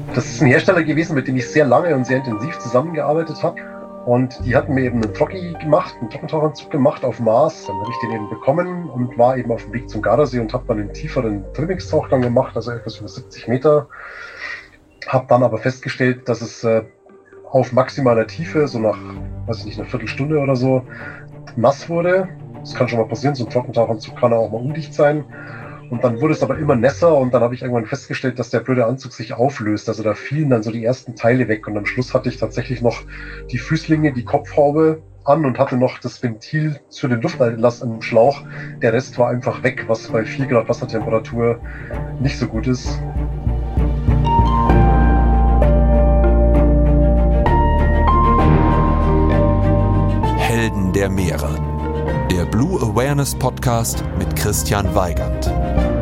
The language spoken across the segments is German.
Das ist ein Hersteller gewesen, mit dem ich sehr lange und sehr intensiv zusammengearbeitet habe. Und die hatten mir eben einen Trockentauchanzug gemacht auf Maß. Dann habe ich den eben bekommen und war eben auf dem Weg zum Gardasee und habe dann einen tieferen Trainingstauchgang gemacht, also etwas über 70 Meter. Habe dann aber festgestellt, dass es auf maximaler Tiefe, so nach, weiß ich nicht, einer Viertelstunde oder so, nass wurde. Das kann schon mal passieren, so ein Trockentauchanzug kann auch mal undicht sein. Und dann wurde es aber immer nässer und dann habe ich irgendwann festgestellt, dass der blöde Anzug sich auflöst. Also da fielen dann so die ersten Teile weg und am Schluss hatte ich tatsächlich noch die Füßlinge, die Kopfhaube an und hatte noch das Ventil für den Lufteinlass im Schlauch. Der Rest war einfach weg, was bei 4 Grad Wassertemperatur nicht so gut ist. Helden der Meere. Der Blue Awareness Podcast mit Christian Weigand.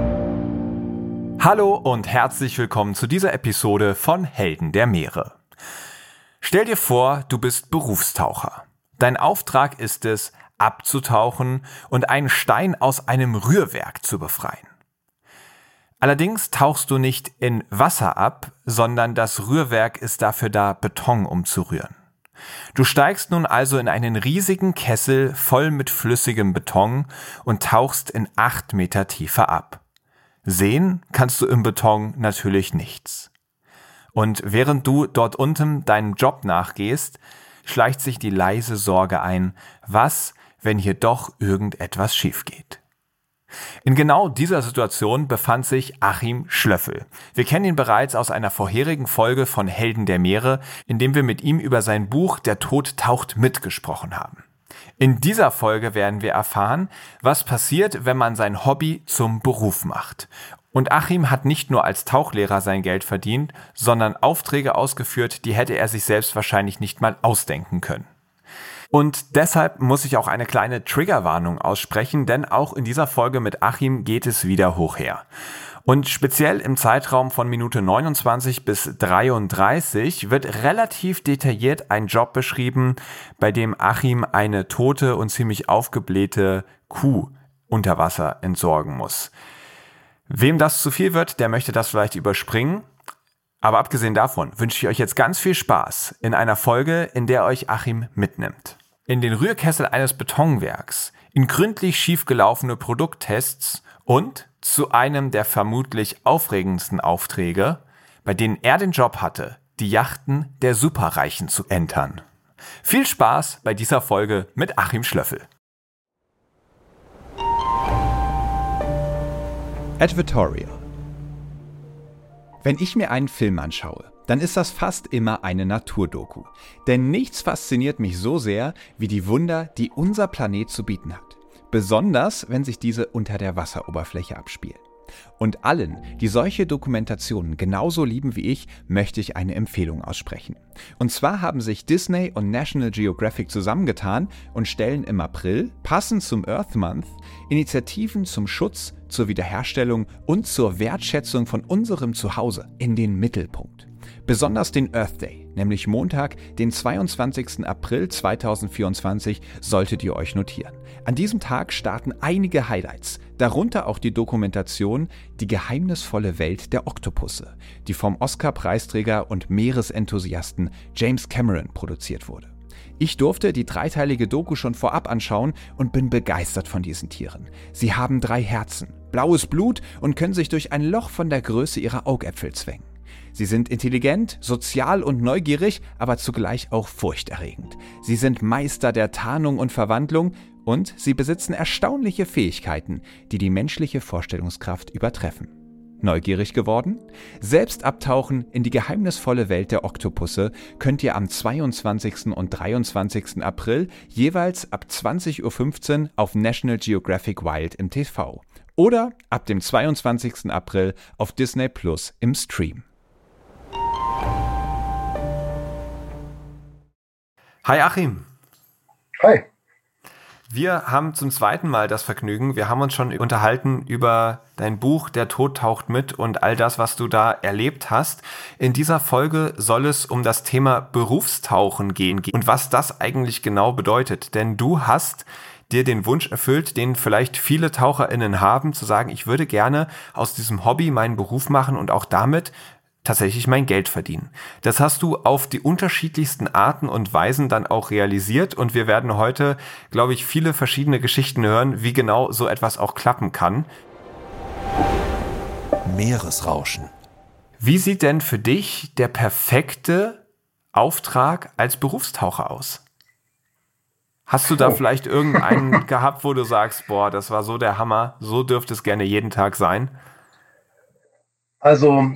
Hallo und herzlich willkommen zu dieser Episode von Helden der Meere. Stell dir vor, du bist Berufstaucher. Dein Auftrag ist es, abzutauchen und einen Stein aus einem Rührwerk zu befreien. Allerdings tauchst du nicht in Wasser ab, sondern das Rührwerk ist dafür da, Beton umzurühren. Du steigst nun also in einen riesigen Kessel voll mit flüssigem Beton und tauchst in 8 Meter Tiefe ab. Sehen kannst du im Beton natürlich nichts. Und während du dort unten deinem Job nachgehst, schleicht sich die leise Sorge ein, was, wenn hier doch irgendetwas schief geht. In genau dieser Situation befand sich Achim Schlöffel. Wir kennen ihn bereits aus einer vorherigen Folge von Helden der Meere, in dem wir mit ihm über sein Buch Der Tod taucht mit gesprochen haben. In dieser Folge werden wir erfahren, was passiert, wenn man sein Hobby zum Beruf macht. Und Achim hat nicht nur als Tauchlehrer sein Geld verdient, sondern Aufträge ausgeführt, die hätte er sich selbst wahrscheinlich nicht mal ausdenken können. Und deshalb muss ich auch eine kleine Triggerwarnung aussprechen, denn auch in dieser Folge mit Achim geht es wieder hoch her. Und speziell im Zeitraum von Minute 29 bis 33 wird relativ detailliert ein Job beschrieben, bei dem Achim eine tote und ziemlich aufgeblähte Kuh unter Wasser entsorgen muss. Wem das zu viel wird, der möchte das vielleicht überspringen. Aber abgesehen davon wünsche ich euch jetzt ganz viel Spaß in einer Folge, in der euch Achim mitnimmt. In den Rührkessel eines Betonwerks, in gründlich schiefgelaufene Produkttests und zu einem der vermutlich aufregendsten Aufträge, bei denen er den Job hatte, die Yachten der Superreichen zu entern. Viel Spaß bei dieser Folge mit Achim Schlöffel. Advertorial. Wenn ich mir einen Film anschaue, dann ist das fast immer eine Naturdoku. Denn nichts fasziniert mich so sehr wie die Wunder, die unser Planet zu bieten hat. Besonders, wenn sich diese unter der Wasseroberfläche abspielen. Und allen, die solche Dokumentationen genauso lieben wie ich, möchte ich eine Empfehlung aussprechen. Und zwar haben sich Disney und National Geographic zusammengetan und stellen im April, passend zum Earth Month, Initiativen zum Schutz, zur Wiederherstellung und zur Wertschätzung von unserem Zuhause in den Mittelpunkt. Besonders den Earth Day, nämlich Montag, den 22. April 2024, solltet ihr euch notieren. An diesem Tag starten einige Highlights, darunter auch die Dokumentation Die geheimnisvolle Welt der Oktopusse, die vom Oscar-Preisträger und Meeresenthusiasten James Cameron produziert wurde. Ich durfte die 3-teilige Doku schon vorab anschauen und bin begeistert von diesen Tieren. Sie haben 3 Herzen, blaues Blut und können sich durch ein Loch von der Größe ihrer Augäpfel zwängen. Sie sind intelligent, sozial und neugierig, aber zugleich auch furchterregend. Sie sind Meister der Tarnung und Verwandlung und sie besitzen erstaunliche Fähigkeiten, die die menschliche Vorstellungskraft übertreffen. Neugierig geworden? Selbst abtauchen in die geheimnisvolle Welt der Oktopusse könnt ihr am 22. und 23. April jeweils ab 20:15 Uhr auf National Geographic Wild im TV oder ab dem 22. April auf Disney Plus im Stream. Hi Achim. Hi. Wir haben zum zweiten Mal das Vergnügen, wir haben uns schon unterhalten über dein Buch Der Tod taucht mit und all das, was du da erlebt hast. In dieser Folge soll es um das Thema Berufstauchen gehen und was das eigentlich genau bedeutet. Denn du hast dir den Wunsch erfüllt, den vielleicht viele TaucherInnen haben, zu sagen, ich würde gerne aus diesem Hobby meinen Beruf machen und auch damit tatsächlich mein Geld verdienen. Das hast du auf die unterschiedlichsten Arten und Weisen dann auch realisiert und wir werden heute, glaube ich, viele verschiedene Geschichten hören, wie genau so etwas auch klappen kann. Meeresrauschen. Wie sieht denn für dich der perfekte Auftrag als Berufstaucher aus? Hast du da vielleicht irgendeinen gehabt, wo du sagst, boah, das war so der Hammer, so dürfte es gerne jeden Tag sein? Also,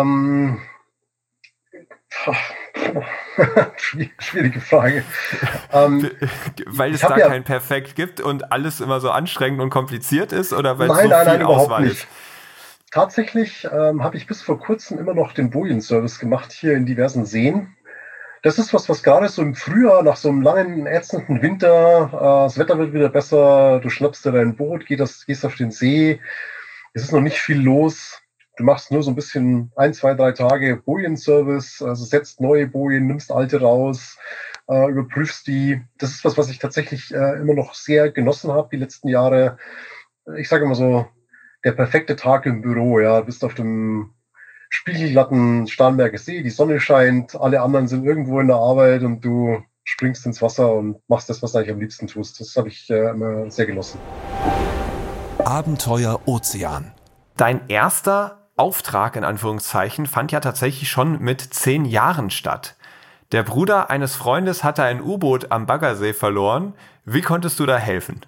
schwierige Frage. Weil es da kein Perfekt gibt und alles immer so anstrengend und kompliziert ist oder weil es so viel Auswahl ist? Tatsächlich habe ich bis vor kurzem immer noch den Bojenservice gemacht hier in diversen Seen. Das ist was gerade so im Frühjahr, nach so einem langen, ätzenden Winter, das Wetter wird wieder besser, du schnappst dir dein Boot, gehst auf den See, es ist noch nicht viel los. Du machst nur so ein bisschen 1, 2, 3 Tage Bojenservice, also setzt neue Bojen, nimmst alte raus, überprüfst die. Das ist was ich tatsächlich immer noch sehr genossen habe die letzten Jahre. Ich sage immer so, der perfekte Tag im Büro, ja, bist auf dem spiegelglatten Starnberger See, die Sonne scheint, alle anderen sind irgendwo in der Arbeit und du springst ins Wasser und machst das, was du eigentlich am liebsten tust. Das habe ich immer sehr genossen. Abenteuer Ozean. Dein erster Auftrag in Anführungszeichen fand ja tatsächlich schon mit 10 Jahren statt. Der Bruder eines Freundes hatte ein U-Boot am Baggersee verloren. Wie konntest du da helfen?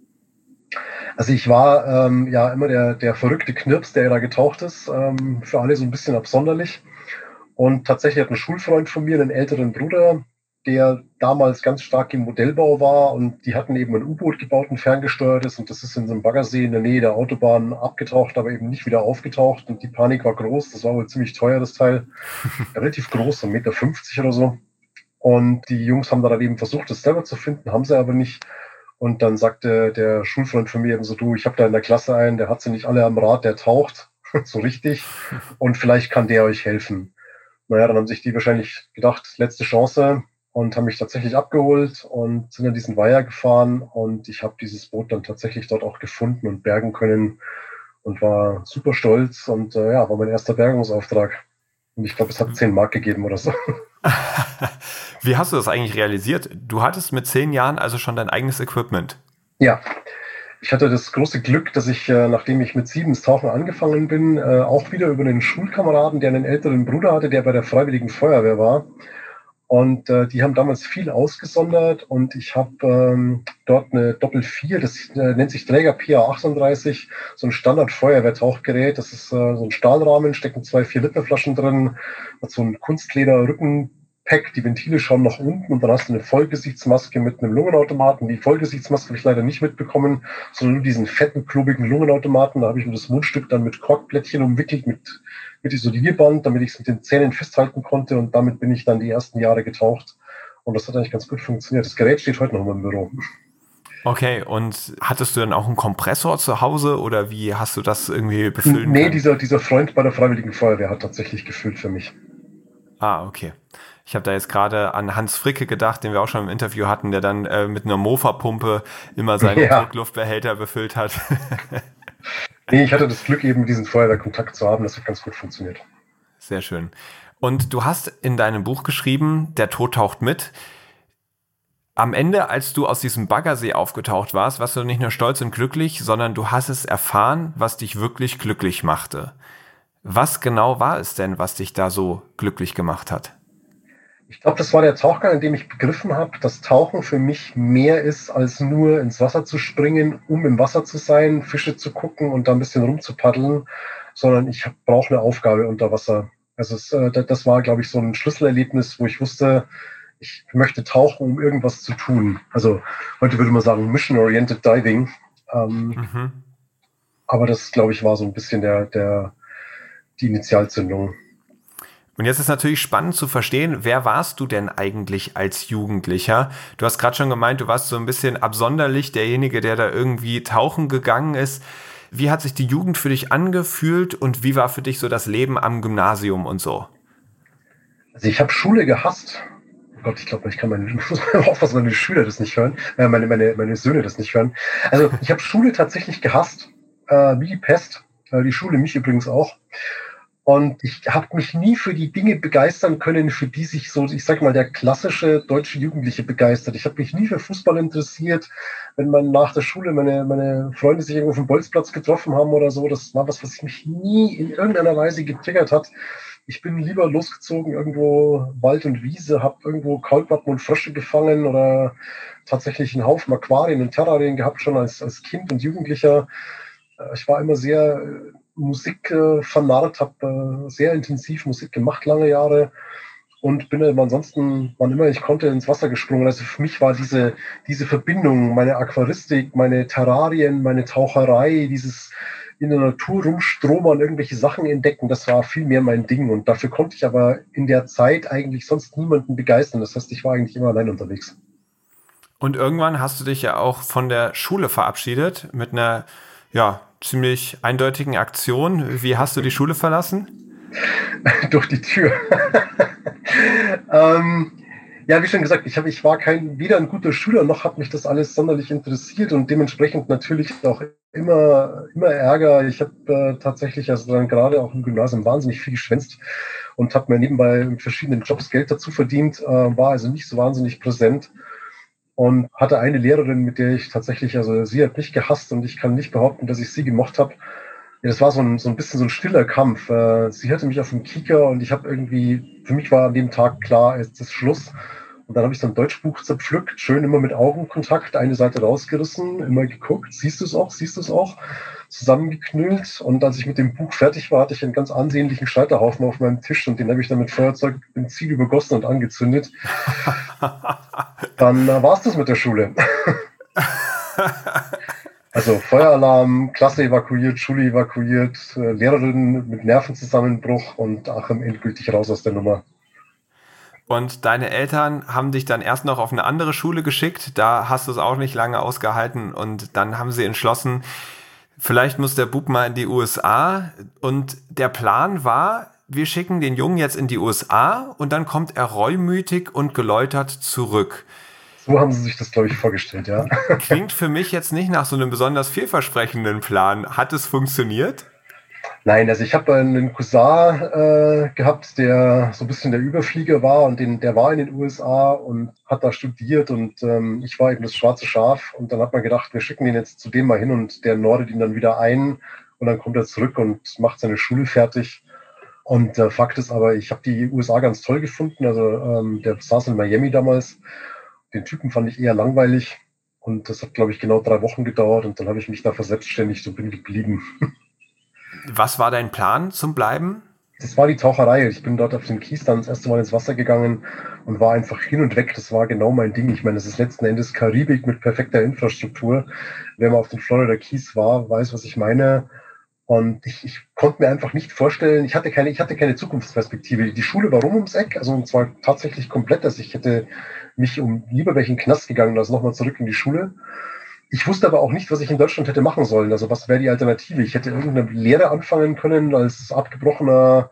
Also ich war ja immer der verrückte Knirps, der da getaucht ist, für alle so ein bisschen absonderlich. Und tatsächlich hat ein Schulfreund von mir einen älteren Bruder, der damals ganz stark im Modellbau war und die hatten eben ein U-Boot gebaut, ein ferngesteuertes und das ist in so einem Baggersee in der Nähe der Autobahn abgetaucht, aber eben nicht wieder aufgetaucht und die Panik war groß, das war wohl ziemlich teuer, das Teil, relativ groß, 1,50 Meter oder so und die Jungs haben dann eben versucht, das selber zu finden, haben sie aber nicht und dann sagte der Schulfreund von mir eben so, du, ich habe da in der Klasse einen, der hat sie nicht alle am Rad, der taucht, so richtig und vielleicht kann der euch helfen. Naja, dann haben sich die wahrscheinlich gedacht, letzte Chance und haben mich tatsächlich abgeholt und sind an diesen Weiher gefahren und ich habe dieses Boot dann tatsächlich dort auch gefunden und bergen können und war super stolz und ja, war mein erster Bergungsauftrag. Und ich glaube, es hat 10 Mark gegeben oder so. Wie hast du das eigentlich realisiert? Du hattest mit 10 Jahren also schon dein eigenes Equipment. Ja, ich hatte das große Glück, dass ich, nachdem ich mit 7 das Tauchen angefangen bin, auch wieder über einen Schulkameraden, der einen älteren Bruder hatte, der bei der Freiwilligen Feuerwehr war. Und die haben damals viel ausgesondert und ich habe dort eine Doppel-4, das nennt sich Träger PA38, so ein Standard-Feuerwehrtauchgerät. Das ist so ein Stahlrahmen, stecken 2 4-Liter-Flaschen drin, hat so ein Kunstleder-Rückenpack, die Ventile schauen nach unten und dann hast du eine Vollgesichtsmaske mit einem Lungenautomaten. Die Vollgesichtsmaske habe ich leider nicht mitbekommen, sondern nur diesen fetten, klobigen Lungenautomaten. Da habe ich mir das Mundstück dann mit Korkblättchen umwickelt, mit Isolierband, damit ich es mit den Zähnen festhalten konnte und damit bin ich dann die ersten Jahre getaucht und das hat eigentlich ganz gut funktioniert. Das Gerät steht heute noch im Büro. Okay, und hattest du dann auch einen Kompressor zu Hause oder wie hast du das irgendwie befüllen Nee, können? dieser Freund bei der Freiwilligen Feuerwehr hat tatsächlich gefüllt für mich. Ah, okay. Ich habe da jetzt gerade an Hans Fricke gedacht, den wir auch schon im Interview hatten, der dann mit einer Mofa-Pumpe immer seine Druckluftbehälter befüllt hat. Nee, ich hatte das Glück, eben diesen Feuerwehrkontakt zu haben. Das hat ganz gut funktioniert. Sehr schön. Und du hast in deinem Buch geschrieben, der Tod taucht mit. Am Ende, als du aus diesem Baggersee aufgetaucht warst du nicht nur stolz und glücklich, sondern du hast es erfahren, was dich wirklich glücklich machte. Was genau war es denn, was dich da so glücklich gemacht hat? Ich glaube, das war der Tauchgang, in dem ich begriffen habe, dass Tauchen für mich mehr ist, als nur ins Wasser zu springen, um im Wasser zu sein, Fische zu gucken und da ein bisschen rumzupaddeln, sondern ich brauche eine Aufgabe unter Wasser. Also das war, glaube ich, so ein Schlüsselerlebnis, wo ich wusste, ich möchte tauchen, um irgendwas zu tun. Also heute würde man sagen Mission-Oriented Diving. Aber das, glaube ich, war so ein bisschen die Initialzündung. Und jetzt ist natürlich spannend zu verstehen, wer warst du denn eigentlich als Jugendlicher? Du hast gerade schon gemeint, du warst so ein bisschen absonderlich, derjenige, der da irgendwie tauchen gegangen ist. Wie hat sich die Jugend für dich angefühlt und wie war für dich so das Leben am Gymnasium und so? Also ich habe Schule gehasst. Oh Gott, ich glaube, ich muss aufpassen, meine Schüler das nicht hören, meine Söhne das nicht hören. Also ich habe Schule tatsächlich gehasst, wie die Pest. Die Schule mich übrigens auch. Und ich habe mich nie für die Dinge begeistern können, für die sich so, ich sag mal, der klassische deutsche Jugendliche begeistert. Ich habe mich nie für Fußball interessiert. Wenn man nach der Schule meine Freunde sich irgendwo auf dem Bolzplatz getroffen haben oder so, das war was mich nie in irgendeiner Weise getriggert hat. Ich bin lieber losgezogen, irgendwo Wald und Wiese, habe irgendwo Kaulquappen und Frösche gefangen oder tatsächlich einen Haufen Aquarien und Terrarien gehabt, schon als Kind und Jugendlicher. Ich war immer sehr Musik vernarrt, habe sehr intensiv Musik gemacht, lange Jahre, und bin aber ansonsten, wann immer ich konnte, ins Wasser gesprungen. Also für mich war diese Verbindung, meine Aquaristik, meine Terrarien, meine Taucherei, dieses in der Natur rumstromern, irgendwelche Sachen entdecken, das war viel mehr mein Ding. Und dafür konnte ich aber in der Zeit eigentlich sonst niemanden begeistern. Das heißt, ich war eigentlich immer allein unterwegs. Und irgendwann hast du dich ja auch von der Schule verabschiedet mit einer, ja, ziemlich eindeutigen Aktion. Wie hast du die Schule verlassen? Durch die Tür. Ja, wie schon gesagt, ich war weder ein guter Schüler, noch hat mich das alles sonderlich interessiert und dementsprechend natürlich auch immer Ärger. Ich habe tatsächlich also dann gerade auch im Gymnasium wahnsinnig viel geschwänzt und habe mir nebenbei mit verschiedenen Jobs Geld dazu verdient, war also nicht so wahnsinnig präsent. Und hatte eine Lehrerin, mit der ich tatsächlich, also sie hat mich gehasst und ich kann nicht behaupten, dass ich sie gemocht habe. Ja, das war so ein bisschen so ein stiller Kampf. Sie hatte mich auf dem Kieker und für mich war an dem Tag klar, es ist Schluss. Und dann habe ich so ein Deutschbuch zerpflückt, schön immer mit Augenkontakt, eine Seite rausgerissen, immer geguckt, siehst du es auch, zusammengeknüllt. Und als ich mit dem Buch fertig war, hatte ich einen ganz ansehnlichen Scheiterhaufen auf meinem Tisch und den habe ich dann mit Feuerzeug Benzin übergossen und angezündet. Dann war es das mit der Schule. Also Feueralarm, Klasse evakuiert, Schule evakuiert, Lehrerin mit Nervenzusammenbruch und Achim endgültig raus aus der Nummer. Und deine Eltern haben dich dann erst noch auf eine andere Schule geschickt. Da hast du es auch nicht lange ausgehalten. Und dann haben sie entschlossen, vielleicht muss der Bub mal in die USA. Und der Plan war, wir schicken den Jungen jetzt in die USA und dann kommt er reumütig und geläutert zurück. So haben sie sich das, glaube ich, vorgestellt, ja. Klingt für mich jetzt nicht nach so einem besonders vielversprechenden Plan. Hat es funktioniert? Nein, also ich habe einen Cousin gehabt, der so ein bisschen der Überflieger war und der war in den USA und hat da studiert und ich war eben das schwarze Schaf und dann hat man gedacht, wir schicken den jetzt zu dem mal hin und der nordet ihn dann wieder ein und dann kommt er zurück und macht seine Schule fertig. Und Fakt ist aber, ich habe die USA ganz toll gefunden, also der saß in Miami damals, den Typen fand ich eher langweilig und das hat, glaube ich, genau 3 Wochen gedauert und dann habe ich mich da verselbstständigt und bin geblieben. Was war dein Plan zum Bleiben? Das war die Taucherei. Ich bin dort auf den Kies dann das erste Mal ins Wasser gegangen und war einfach hin und weg. Das war genau mein Ding. Ich meine, das ist letzten Endes Karibik mit perfekter Infrastruktur. Wer mal auf den Florida Keys war, weiß, was ich meine. Und ich konnte mir einfach nicht vorstellen, ich hatte keine Zukunftsperspektive. Die Schule war ums Eck, also und zwar tatsächlich komplett. Also ich hätte mich lieber wäre ich in den Knast gegangen, als nochmal zurück in die Schule. Ich wusste aber auch nicht, was ich in Deutschland hätte machen sollen. Also was wäre die Alternative? Ich hätte irgendeine Lehre anfangen können als abgebrochener,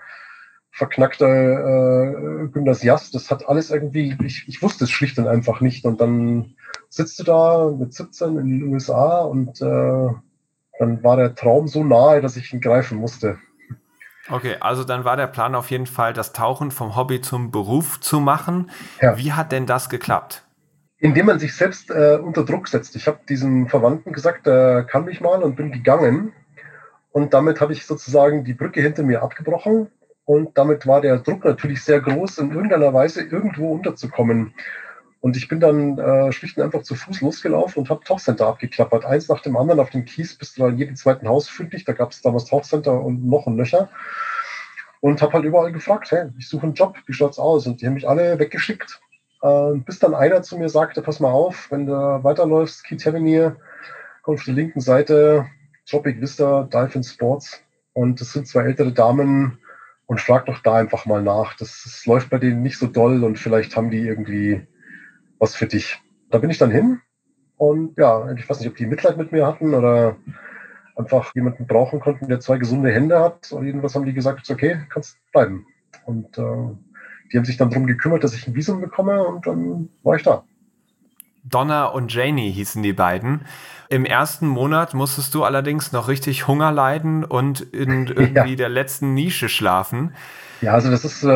verknackter Gymnasiast. Das hat alles irgendwie, ich wusste es schlicht und einfach nicht. Und dann sitzt du da mit 17 in den USA und dann war der Traum so nahe, dass ich ihn greifen musste. Okay, also dann war der Plan auf jeden Fall, das Tauchen vom Hobby zum Beruf zu machen. Ja. Wie hat denn das geklappt? Indem man sich selbst unter Druck setzt. Ich habe diesem Verwandten gesagt, kann mich mal und bin gegangen. Und damit habe ich sozusagen die Brücke hinter mir abgebrochen. Und damit war der Druck natürlich sehr groß, in irgendeiner Weise irgendwo unterzukommen. Und ich bin dann schlicht und einfach zu Fuß losgelaufen und habe Tauchcenter abgeklappert. Eins nach dem anderen auf dem Kies, bist du an jedem zweiten Haus fündig. Da gab es damals Tauchcenter und noch und nöcher. Und habe halt überall gefragt, hey, ich suche einen Job, wie schaut's aus? Und die haben mich alle weggeschickt. Bis dann einer zu mir sagte, pass mal auf, wenn du weiterläufst, Keith Avenue, komm auf die linken Seite, Tropic Vista, Dive Sports. Und das sind 2 ältere Damen und frag doch da einfach mal nach. Das läuft bei denen nicht so doll und vielleicht haben die irgendwie was für dich. Da bin ich dann hin und ja, ich weiß nicht, ob die Mitleid mit mir hatten oder einfach jemanden brauchen konnten, der 2 gesunde Hände hat. Und jedenfalls haben die gesagt, okay, kannst bleiben. Und die haben sich dann darum gekümmert, dass ich ein Visum bekomme und dann war ich da. Donna und Janie hießen die beiden. Im ersten Monat musstest du allerdings noch richtig Hunger leiden und in irgendwie der letzten Nische schlafen. Ja, also das ist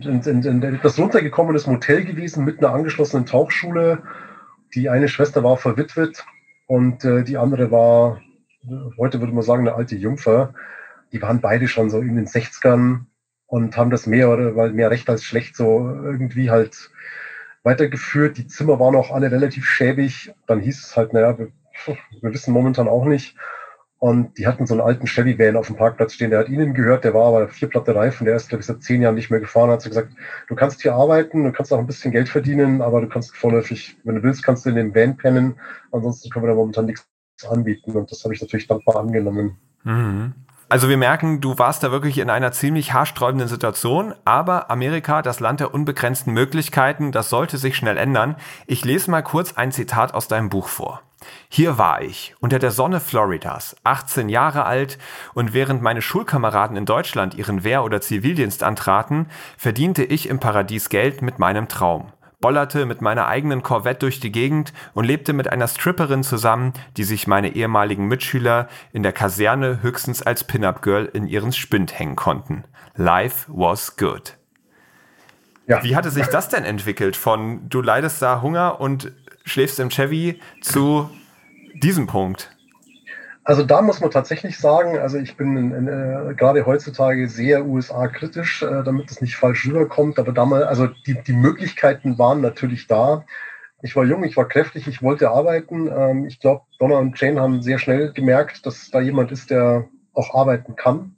das runtergekommenes Motel gewesen mit einer angeschlossenen Tauchschule. Die eine Schwester war verwitwet und die andere war, heute würde man sagen, eine alte Jungfer. Die waren beide schon so in den 60ern und haben das mehr recht als schlecht so irgendwie halt weitergeführt. Die Zimmer waren auch alle relativ schäbig. Dann hieß es halt, naja, wir wissen momentan auch nicht. Und die hatten so einen alten Chevy-Van auf dem Parkplatz stehen, der hat ihnen gehört, der war aber 4 platte Reifen, der ist, glaube ich, seit 10 Jahren nicht mehr gefahren. Hat sie gesagt, du kannst hier arbeiten, du kannst auch ein bisschen Geld verdienen, aber du kannst vorläufig, wenn du willst, kannst du in dem Van pennen. Ansonsten können wir da momentan nichts anbieten. Und das habe ich natürlich dankbar angenommen. Mhm. Also wir merken, du warst da wirklich in einer ziemlich haarsträubenden Situation, aber Amerika, das Land der unbegrenzten Möglichkeiten, das sollte sich schnell ändern. Ich lese mal kurz ein Zitat aus deinem Buch vor. Hier war ich, unter der Sonne Floridas, 18 Jahre alt, und während meine Schulkameraden in Deutschland ihren Wehr- oder Zivildienst antraten, verdiente ich im Paradies Geld mit meinem Traum, bollerte mit meiner eigenen Corvette durch die Gegend und lebte mit einer Stripperin zusammen, die sich meine ehemaligen Mitschüler in der Kaserne höchstens als Pin-Up-Girl in ihren Spind hängen konnten. Life was good. Ja. Wie hatte sich das denn entwickelt von du leidest da Hunger und schläfst im Chevy zu diesem Punkt? Also da muss man tatsächlich sagen, also ich bin gerade heutzutage sehr USA-kritisch, damit es nicht falsch rüberkommt, aber damals, also die Möglichkeiten waren natürlich da. Ich war jung, ich war kräftig, ich wollte arbeiten. Ich glaube, Donna und Jane haben sehr schnell gemerkt, dass da jemand ist, der auch arbeiten kann.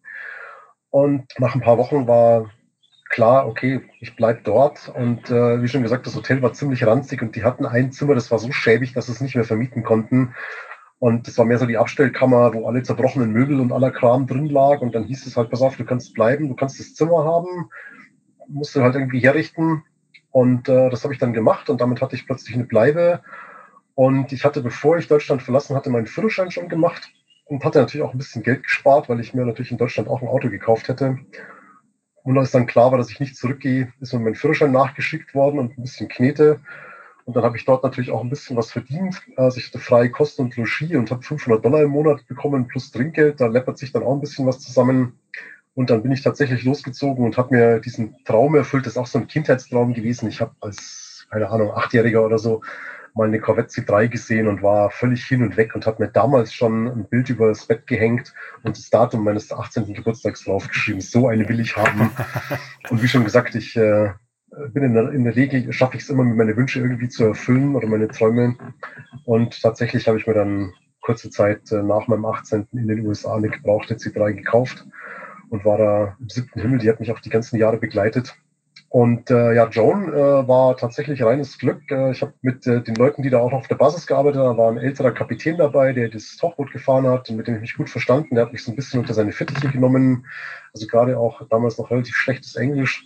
Und nach ein paar Wochen war klar, okay, ich bleibe dort. Und wie schon gesagt, das Hotel war ziemlich ranzig und die hatten ein Zimmer, das war so schäbig, dass sie es nicht mehr vermieten konnten. Und das war mehr so die Abstellkammer, wo alle zerbrochenen Möbel und aller Kram drin lag. Und dann hieß es halt, pass auf, du kannst bleiben, du kannst das Zimmer haben, musst du halt irgendwie herrichten. Und das habe ich dann gemacht und damit hatte ich plötzlich eine Bleibe. Und ich hatte, bevor ich Deutschland verlassen hatte, meinen Führerschein schon gemacht und hatte natürlich auch ein bisschen Geld gespart, weil ich mir natürlich in Deutschland auch ein Auto gekauft hätte. Und als dann klar war, dass ich nicht zurückgehe, ist mir mein Führerschein nachgeschickt worden und ein bisschen Knete. Und dann habe ich dort natürlich auch ein bisschen was verdient. Also ich hatte freie Kosten und Logis und habe $500 im Monat bekommen plus Trinkgeld. Da läppert sich dann auch ein bisschen was zusammen. Und dann bin ich tatsächlich losgezogen und habe mir diesen Traum erfüllt. Das ist auch so ein Kindheitstraum gewesen. Ich habe als, keine Ahnung, 8-Jähriger oder so mal eine Corvette C3 gesehen und war völlig hin und weg und habe mir damals schon ein Bild über das Bett gehängt und das Datum meines 18. Geburtstags draufgeschrieben. So eine will ich haben. Und wie schon gesagt, ich bin in der Regel, schaffe ich es immer, mir meine Wünsche irgendwie zu erfüllen oder meine Träume. Und tatsächlich habe ich mir dann kurze Zeit nach meinem 18. in den USA eine gebrauchte C3 gekauft und war da im 7. Himmel. Die hat mich auch die ganzen Jahre begleitet. Und Joan war tatsächlich reines Glück. Ich habe mit den Leuten, die da auch noch auf der Basis gearbeitet haben, war ein älterer Kapitän dabei, der das Tauchboot gefahren hat und mit dem ich mich gut verstanden. Der hat mich so ein bisschen unter seine Fittiche genommen. Also gerade auch damals noch relativ schlechtes Englisch.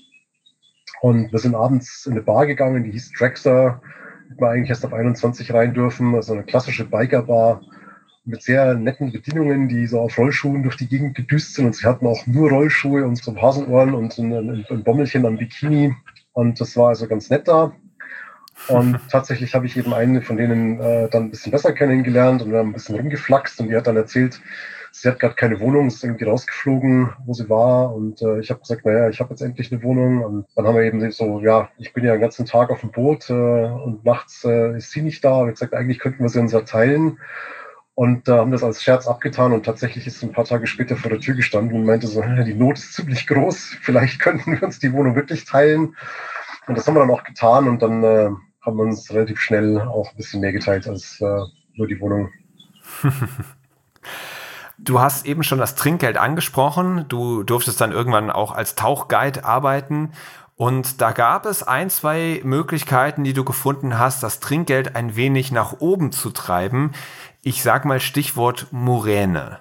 Und wir sind abends in eine Bar gegangen, die hieß Drexler. Hätten wir eigentlich erst auf 21 rein dürfen. Also eine klassische Bikerbar mit sehr netten Bedienungen, die so auf Rollschuhen durch die Gegend gedüst sind. Und sie hatten auch nur Rollschuhe und so Hasenohren und ein Bommelchen am Bikini. Und das war also ganz nett da. Und tatsächlich habe ich eben eine von denen dann ein bisschen besser kennengelernt und wir haben ein bisschen rumgeflaxt. Und die hat dann erzählt, sie hat gerade keine Wohnung, ist irgendwie rausgeflogen, wo sie war. Und ich habe gesagt, naja, ich habe jetzt endlich eine Wohnung. Und dann haben wir eben so, ja, ich bin ja den ganzen Tag auf dem Boot und nachts ist sie nicht da. Ich habe gesagt, eigentlich könnten wir sie uns ja teilen. Und haben das als Scherz abgetan und tatsächlich ist sie ein paar Tage später vor der Tür gestanden und meinte so, die Not ist ziemlich groß, vielleicht könnten wir uns die Wohnung wirklich teilen. Und das haben wir dann auch getan und dann haben wir uns relativ schnell auch ein bisschen mehr geteilt als nur die Wohnung. Du hast eben schon das Trinkgeld angesprochen. Du durftest dann irgendwann auch als Tauchguide arbeiten. Und da gab es 1-2 Möglichkeiten, die du gefunden hast, das Trinkgeld ein wenig nach oben zu treiben. Ich sag mal Stichwort Muräne.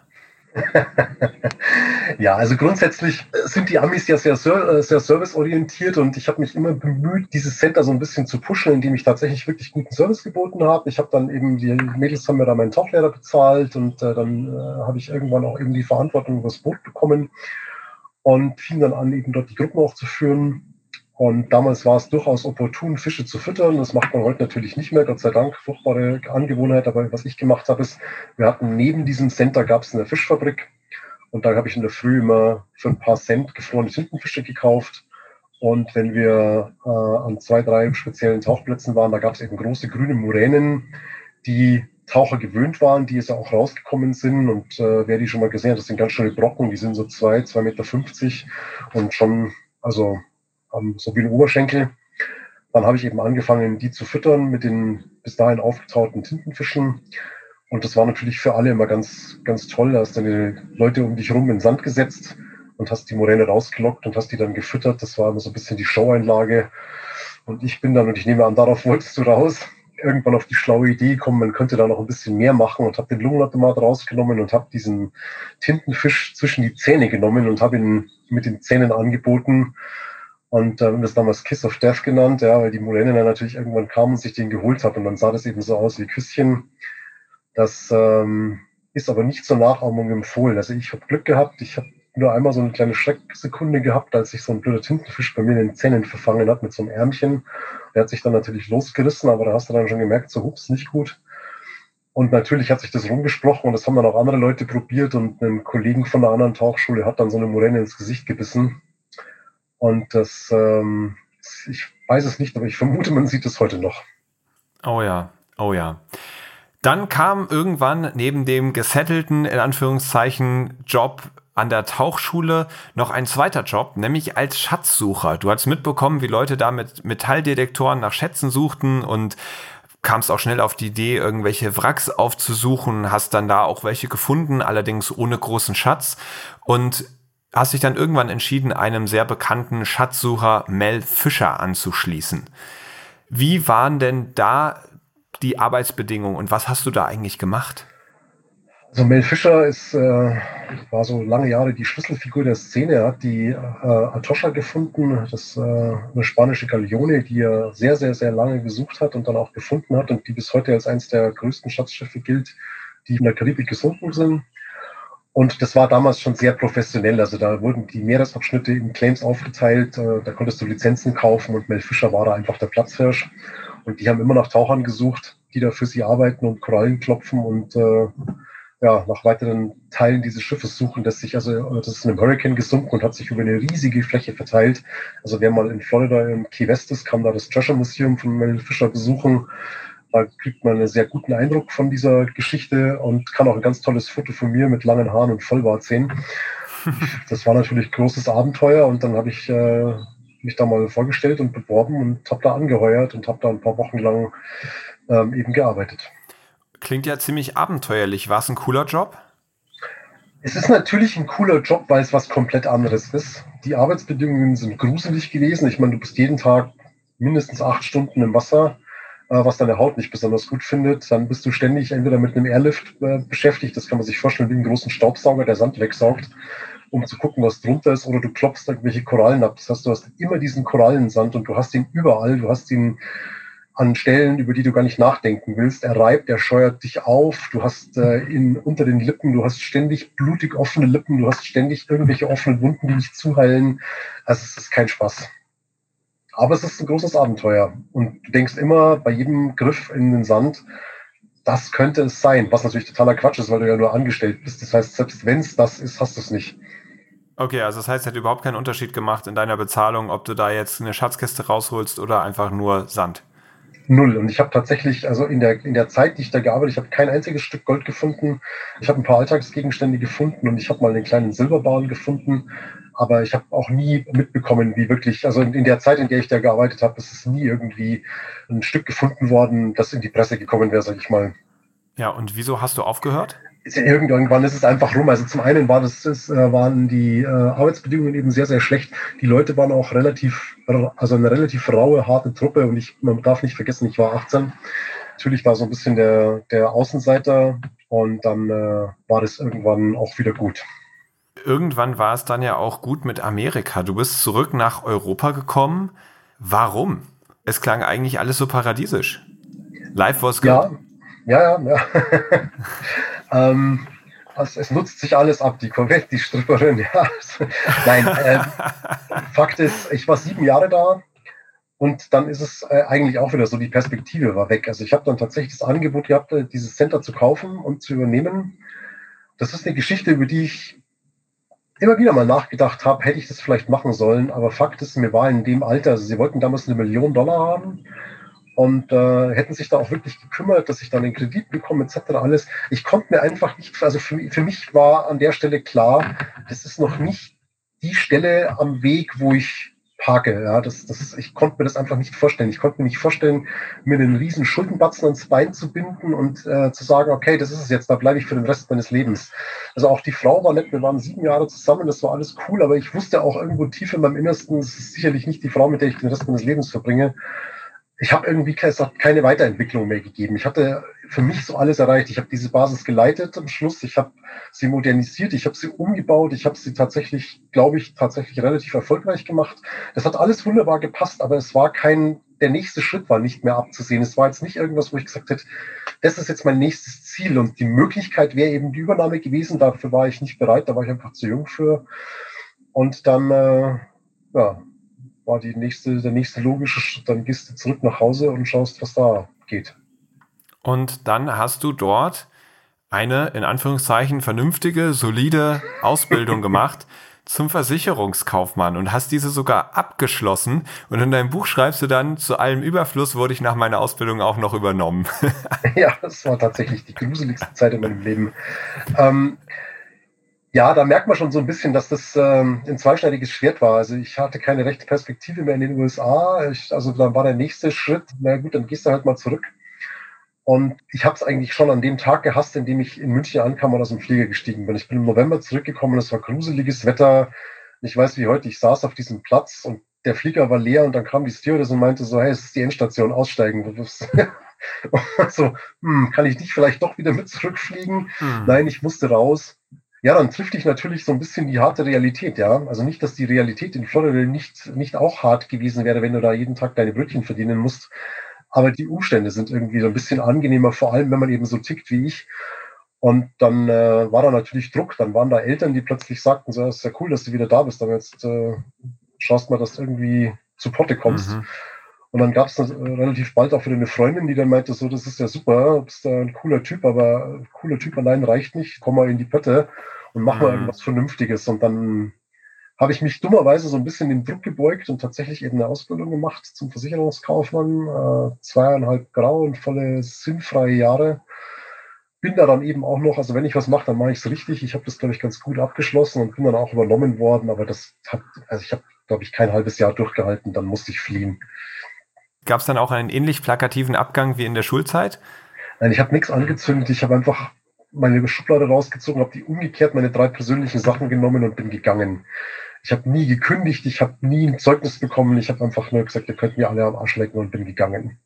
Ja, also grundsätzlich sind die Amis ja sehr serviceorientiert und ich habe mich immer bemüht, dieses Center so ein bisschen zu pushen, indem ich tatsächlich wirklich guten Service geboten habe. Ich habe dann eben, die Mädels haben mir da meinen Tauchlehrer bezahlt und dann habe ich irgendwann auch eben die Verantwortung über das Boot bekommen und fing dann an, eben dort die Gruppen auch zu führen. Und damals war es durchaus opportun, Fische zu füttern. Das macht man heute natürlich nicht mehr, Gott sei Dank. Furchtbare Angewohnheit. Aber was ich gemacht habe, ist, wir hatten neben diesem Center gab es eine Fischfabrik. Und da habe ich in der Früh immer für ein paar Cent gefrorene Tintenfische gekauft. Und wenn wir an 2, 3 speziellen Tauchplätzen waren, da gab es eben große grüne Muränen, die Taucher gewöhnt waren, die jetzt auch rausgekommen sind. Und wer die schon mal gesehen hat, das sind ganz schöne Brocken. Die sind so 2,50 Meter und schon, also so wie ein Oberschenkel. Dann habe ich eben angefangen, die zu füttern mit den bis dahin aufgetauten Tintenfischen. Und das war natürlich für alle immer ganz, ganz toll. Da hast deine Leute um dich rum in den Sand gesetzt und hast die Moräne rausgelockt und hast die dann gefüttert. Das war immer so ein bisschen die Showeinlage. Und ich bin dann, und ich nehme an, darauf wolltest du raus, irgendwann auf die schlaue Idee gekommen, man könnte da noch ein bisschen mehr machen und habe den Lungenautomat rausgenommen und habe diesen Tintenfisch zwischen die Zähne genommen und habe ihn mit den Zähnen angeboten. Und das damals Kiss of Death genannt, ja, weil die Muräne dann natürlich irgendwann kam und sich den geholt habe. Und dann sah das eben so aus wie Küsschen. Das ist aber nicht zur Nachahmung empfohlen. Also ich habe Glück gehabt. Ich habe nur einmal so eine kleine Schrecksekunde gehabt, als sich so ein blöder Tintenfisch bei mir in den Zähnen verfangen hat mit so einem Ärmchen. Der hat sich dann natürlich losgerissen, aber da hast du dann schon gemerkt, so hups, nicht gut. Und natürlich hat sich das rumgesprochen und das haben dann auch andere Leute probiert und ein Kollegen von einer anderen Tauchschule hat dann so eine Muräne ins Gesicht gebissen. Und das, ich weiß es nicht, aber ich vermute, man sieht es heute noch. Oh ja, oh ja. Dann kam irgendwann neben dem gesettelten, in Anführungszeichen, Job an der Tauchschule noch ein zweiter Job, nämlich als Schatzsucher. Du hast mitbekommen, wie Leute da mit Metalldetektoren nach Schätzen suchten und kamst auch schnell auf die Idee, irgendwelche Wracks aufzusuchen, hast dann da auch welche gefunden, allerdings ohne großen Schatz und hast dich dann irgendwann entschieden, einem sehr bekannten Schatzsucher Mel Fisher anzuschließen. Wie waren denn da die Arbeitsbedingungen und was hast du da eigentlich gemacht? Also Mel Fisher war so lange Jahre die Schlüsselfigur der Szene. Er hat die Atocha gefunden, das ist eine spanische Galeone, die er sehr, sehr, sehr lange gesucht hat und dann auch gefunden hat und die bis heute als eines der größten Schatzschiffe gilt, die in der Karibik gesunken sind. Und das war damals schon sehr professionell. Also da wurden die Meeresabschnitte in Claims aufgeteilt. Da konntest du Lizenzen kaufen und Mel Fisher war da einfach der Platzhirsch. Und die haben immer nach Tauchern gesucht, die da für sie arbeiten und Korallen klopfen und nach weiteren Teilen dieses Schiffes suchen. Das ist in einem Hurricane gesunken und hat sich über eine riesige Fläche verteilt. Also wer mal in Florida im Key West ist, kann da das Treasure Museum von Mel Fisher besuchen. Da kriegt man einen sehr guten Eindruck von dieser Geschichte und kann auch ein ganz tolles Foto von mir mit langen Haaren und Vollbart sehen. Das war natürlich ein großes Abenteuer und dann habe ich mich da mal vorgestellt und beworben und habe da angeheuert und habe da ein paar Wochen lang eben gearbeitet. Klingt ja ziemlich abenteuerlich. War es ein cooler Job? Es ist natürlich ein cooler Job, weil es was komplett anderes ist. Die Arbeitsbedingungen sind gruselig gewesen. Ich meine, du bist jeden Tag mindestens 8 Stunden im Wasser, was deine Haut nicht besonders gut findet. Dann bist du ständig entweder mit einem Airlift beschäftigt, das kann man sich vorstellen wie einen großen Staubsauger, der Sand wegsaugt, um zu gucken, was drunter ist, oder du klopfst irgendwelche Korallen ab. Das heißt, du hast immer diesen Korallensand und du hast ihn überall. Du hast ihn an Stellen, über die du gar nicht nachdenken willst. Er reibt, er scheuert dich auf. Du hast unter den Lippen, du hast ständig blutig offene Lippen, du hast ständig irgendwelche offenen Wunden, die nicht zuheilen. Also es ist kein Spaß. Aber es ist ein großes Abenteuer. Und du denkst immer bei jedem Griff in den Sand, das könnte es sein. Was natürlich totaler Quatsch ist, weil du ja nur angestellt bist. Das heißt, selbst wenn es das ist, hast du es nicht. Okay, also das heißt, es hat überhaupt keinen Unterschied gemacht in deiner Bezahlung, ob du da jetzt eine Schatzkiste rausholst oder einfach nur Sand. Null. Und ich habe tatsächlich, also in der Zeit, die ich da gearbeitet, ich habe kein einziges Stück Gold gefunden. Ich habe ein paar Alltagsgegenstände gefunden und ich habe mal einen kleinen Silberbarren gefunden. Aber ich habe auch nie mitbekommen, wie wirklich, also in der Zeit, in der ich da gearbeitet habe, ist es nie irgendwie ein Stück gefunden worden, das in die Presse gekommen wäre, sag ich mal. Ja, und wieso hast du aufgehört? Irgendwann ist es einfach rum. Also zum einen waren die Arbeitsbedingungen eben sehr, sehr schlecht. Die Leute waren auch eine relativ raue, harte Truppe und man darf nicht vergessen, ich war 18. Natürlich war so ein bisschen der Außenseiter und dann war das irgendwann auch wieder gut. Irgendwann war es dann ja auch gut mit Amerika. Du bist zurück nach Europa gekommen. Warum? Es klang eigentlich alles so paradiesisch. Life was good. Ja. Es nutzt sich alles ab, die Corvette, die Stripperin, ja. Nein, Fakt ist, ich war 7 Jahre da und dann ist es eigentlich auch wieder so, die Perspektive war weg. Also ich habe dann tatsächlich das Angebot gehabt, dieses Center zu kaufen und zu übernehmen. Das ist eine Geschichte, über die ich immer wieder mal nachgedacht habe, hätte ich das vielleicht machen sollen. Aber Fakt ist, mir war in dem Alter, also sie wollten damals $1 Million haben und hätten sich da auch wirklich gekümmert, dass ich dann den Kredit bekomme etc. alles. Ich konnte mir einfach nicht, also für mich war an der Stelle klar, das ist noch nicht die Stelle am Weg, wo ich parke. Ja, ich konnte mir das einfach nicht vorstellen. Ich konnte mir nicht vorstellen, mir einen riesen Schuldenbatzen ans Bein zu binden und zu sagen, okay, das ist es jetzt, da bleibe ich für den Rest meines Lebens. Also auch die Frau war nett, wir waren 7 Jahre zusammen, das war alles cool, aber ich wusste auch irgendwo tief in meinem Innersten, es ist sicherlich nicht die Frau, mit der ich den Rest meines Lebens verbringe. Ich habe irgendwie keine Weiterentwicklung mehr gegeben. Ich hatte für mich so alles erreicht. Ich habe diese Basis geleitet am Schluss. Ich habe sie modernisiert. Ich habe sie umgebaut. Ich habe sie tatsächlich, glaube ich, relativ erfolgreich gemacht. Das hat alles wunderbar gepasst, aber es war der nächste Schritt war nicht mehr abzusehen. Es war jetzt nicht irgendwas, wo ich gesagt hätte, das ist jetzt mein nächstes Ziel. Und die Möglichkeit wäre eben die Übernahme gewesen. Dafür war ich nicht bereit. Da war ich einfach zu jung für. Und dann, war der nächste logische Schritt, dann gehst du zurück nach Hause und schaust, was da geht. Und dann hast du dort eine, in Anführungszeichen, vernünftige, solide Ausbildung gemacht zum Versicherungskaufmann und hast diese sogar abgeschlossen. Und in deinem Buch schreibst du dann, zu allem Überfluss wurde ich nach meiner Ausbildung auch noch übernommen. Ja, das war tatsächlich die gruseligste Zeit in meinem Leben. Ja, da merkt man schon so ein bisschen, dass das ein zweischneidiges Schwert war. Also ich hatte keine rechte Perspektive mehr in den USA. Also dann war der nächste Schritt, na gut, dann gehst du halt mal zurück. Und ich habe es eigentlich schon an dem Tag gehasst, in dem ich in München ankam und aus dem Flieger gestiegen bin. Ich bin im November zurückgekommen, es war gruseliges Wetter. Ich weiß wie heute, ich saß auf diesem Platz und der Flieger war leer und dann kam die Stewardess und meinte so, hey, es ist die Endstation, aussteigen. So, kann ich nicht vielleicht doch wieder mit zurückfliegen? Nein, ich musste raus. Ja, dann trifft dich natürlich so ein bisschen die harte Realität, ja. Also nicht, dass die Realität in Florida nicht auch hart gewesen wäre, wenn du da jeden Tag deine Brötchen verdienen musst. Aber die Umstände sind irgendwie so ein bisschen angenehmer, vor allem wenn man eben so tickt wie ich. Und dann war da natürlich Druck. Dann waren da Eltern, die plötzlich sagten, so, es ist ja cool, dass du wieder da bist, aber jetzt schaust mal, dass du irgendwie zu Potte kommst. Mhm. Und dann gab es relativ bald auch wieder eine Freundin, die dann meinte, so, das ist ja super, du bist ein cooler Typ, aber ein cooler Typ allein reicht nicht, komm mal in die Pötte und mach mal irgendwas Vernünftiges. Und dann habe ich mich dummerweise so ein bisschen den Druck gebeugt und tatsächlich eben eine Ausbildung gemacht zum Versicherungskaufmann. 2,5 grauenvolle, sinnfreie Jahre. Bin da dann eben auch noch, also wenn ich was mache, dann mache ich es richtig. Ich habe das, glaube ich, ganz gut abgeschlossen und bin dann auch übernommen worden, aber ich habe, glaube ich, kein halbes Jahr durchgehalten, dann musste ich fliehen. Gab es dann auch einen ähnlich plakativen Abgang wie in der Schulzeit? Nein, ich habe nichts angezündet. Ich habe einfach meine Schublade rausgezogen, habe die umgekehrt, meine 3 persönlichen Sachen genommen und bin gegangen. Ich habe nie gekündigt, ich habe nie ein Zeugnis bekommen. Ich habe einfach nur gesagt, ihr könnt mir alle am Arsch lecken und bin gegangen.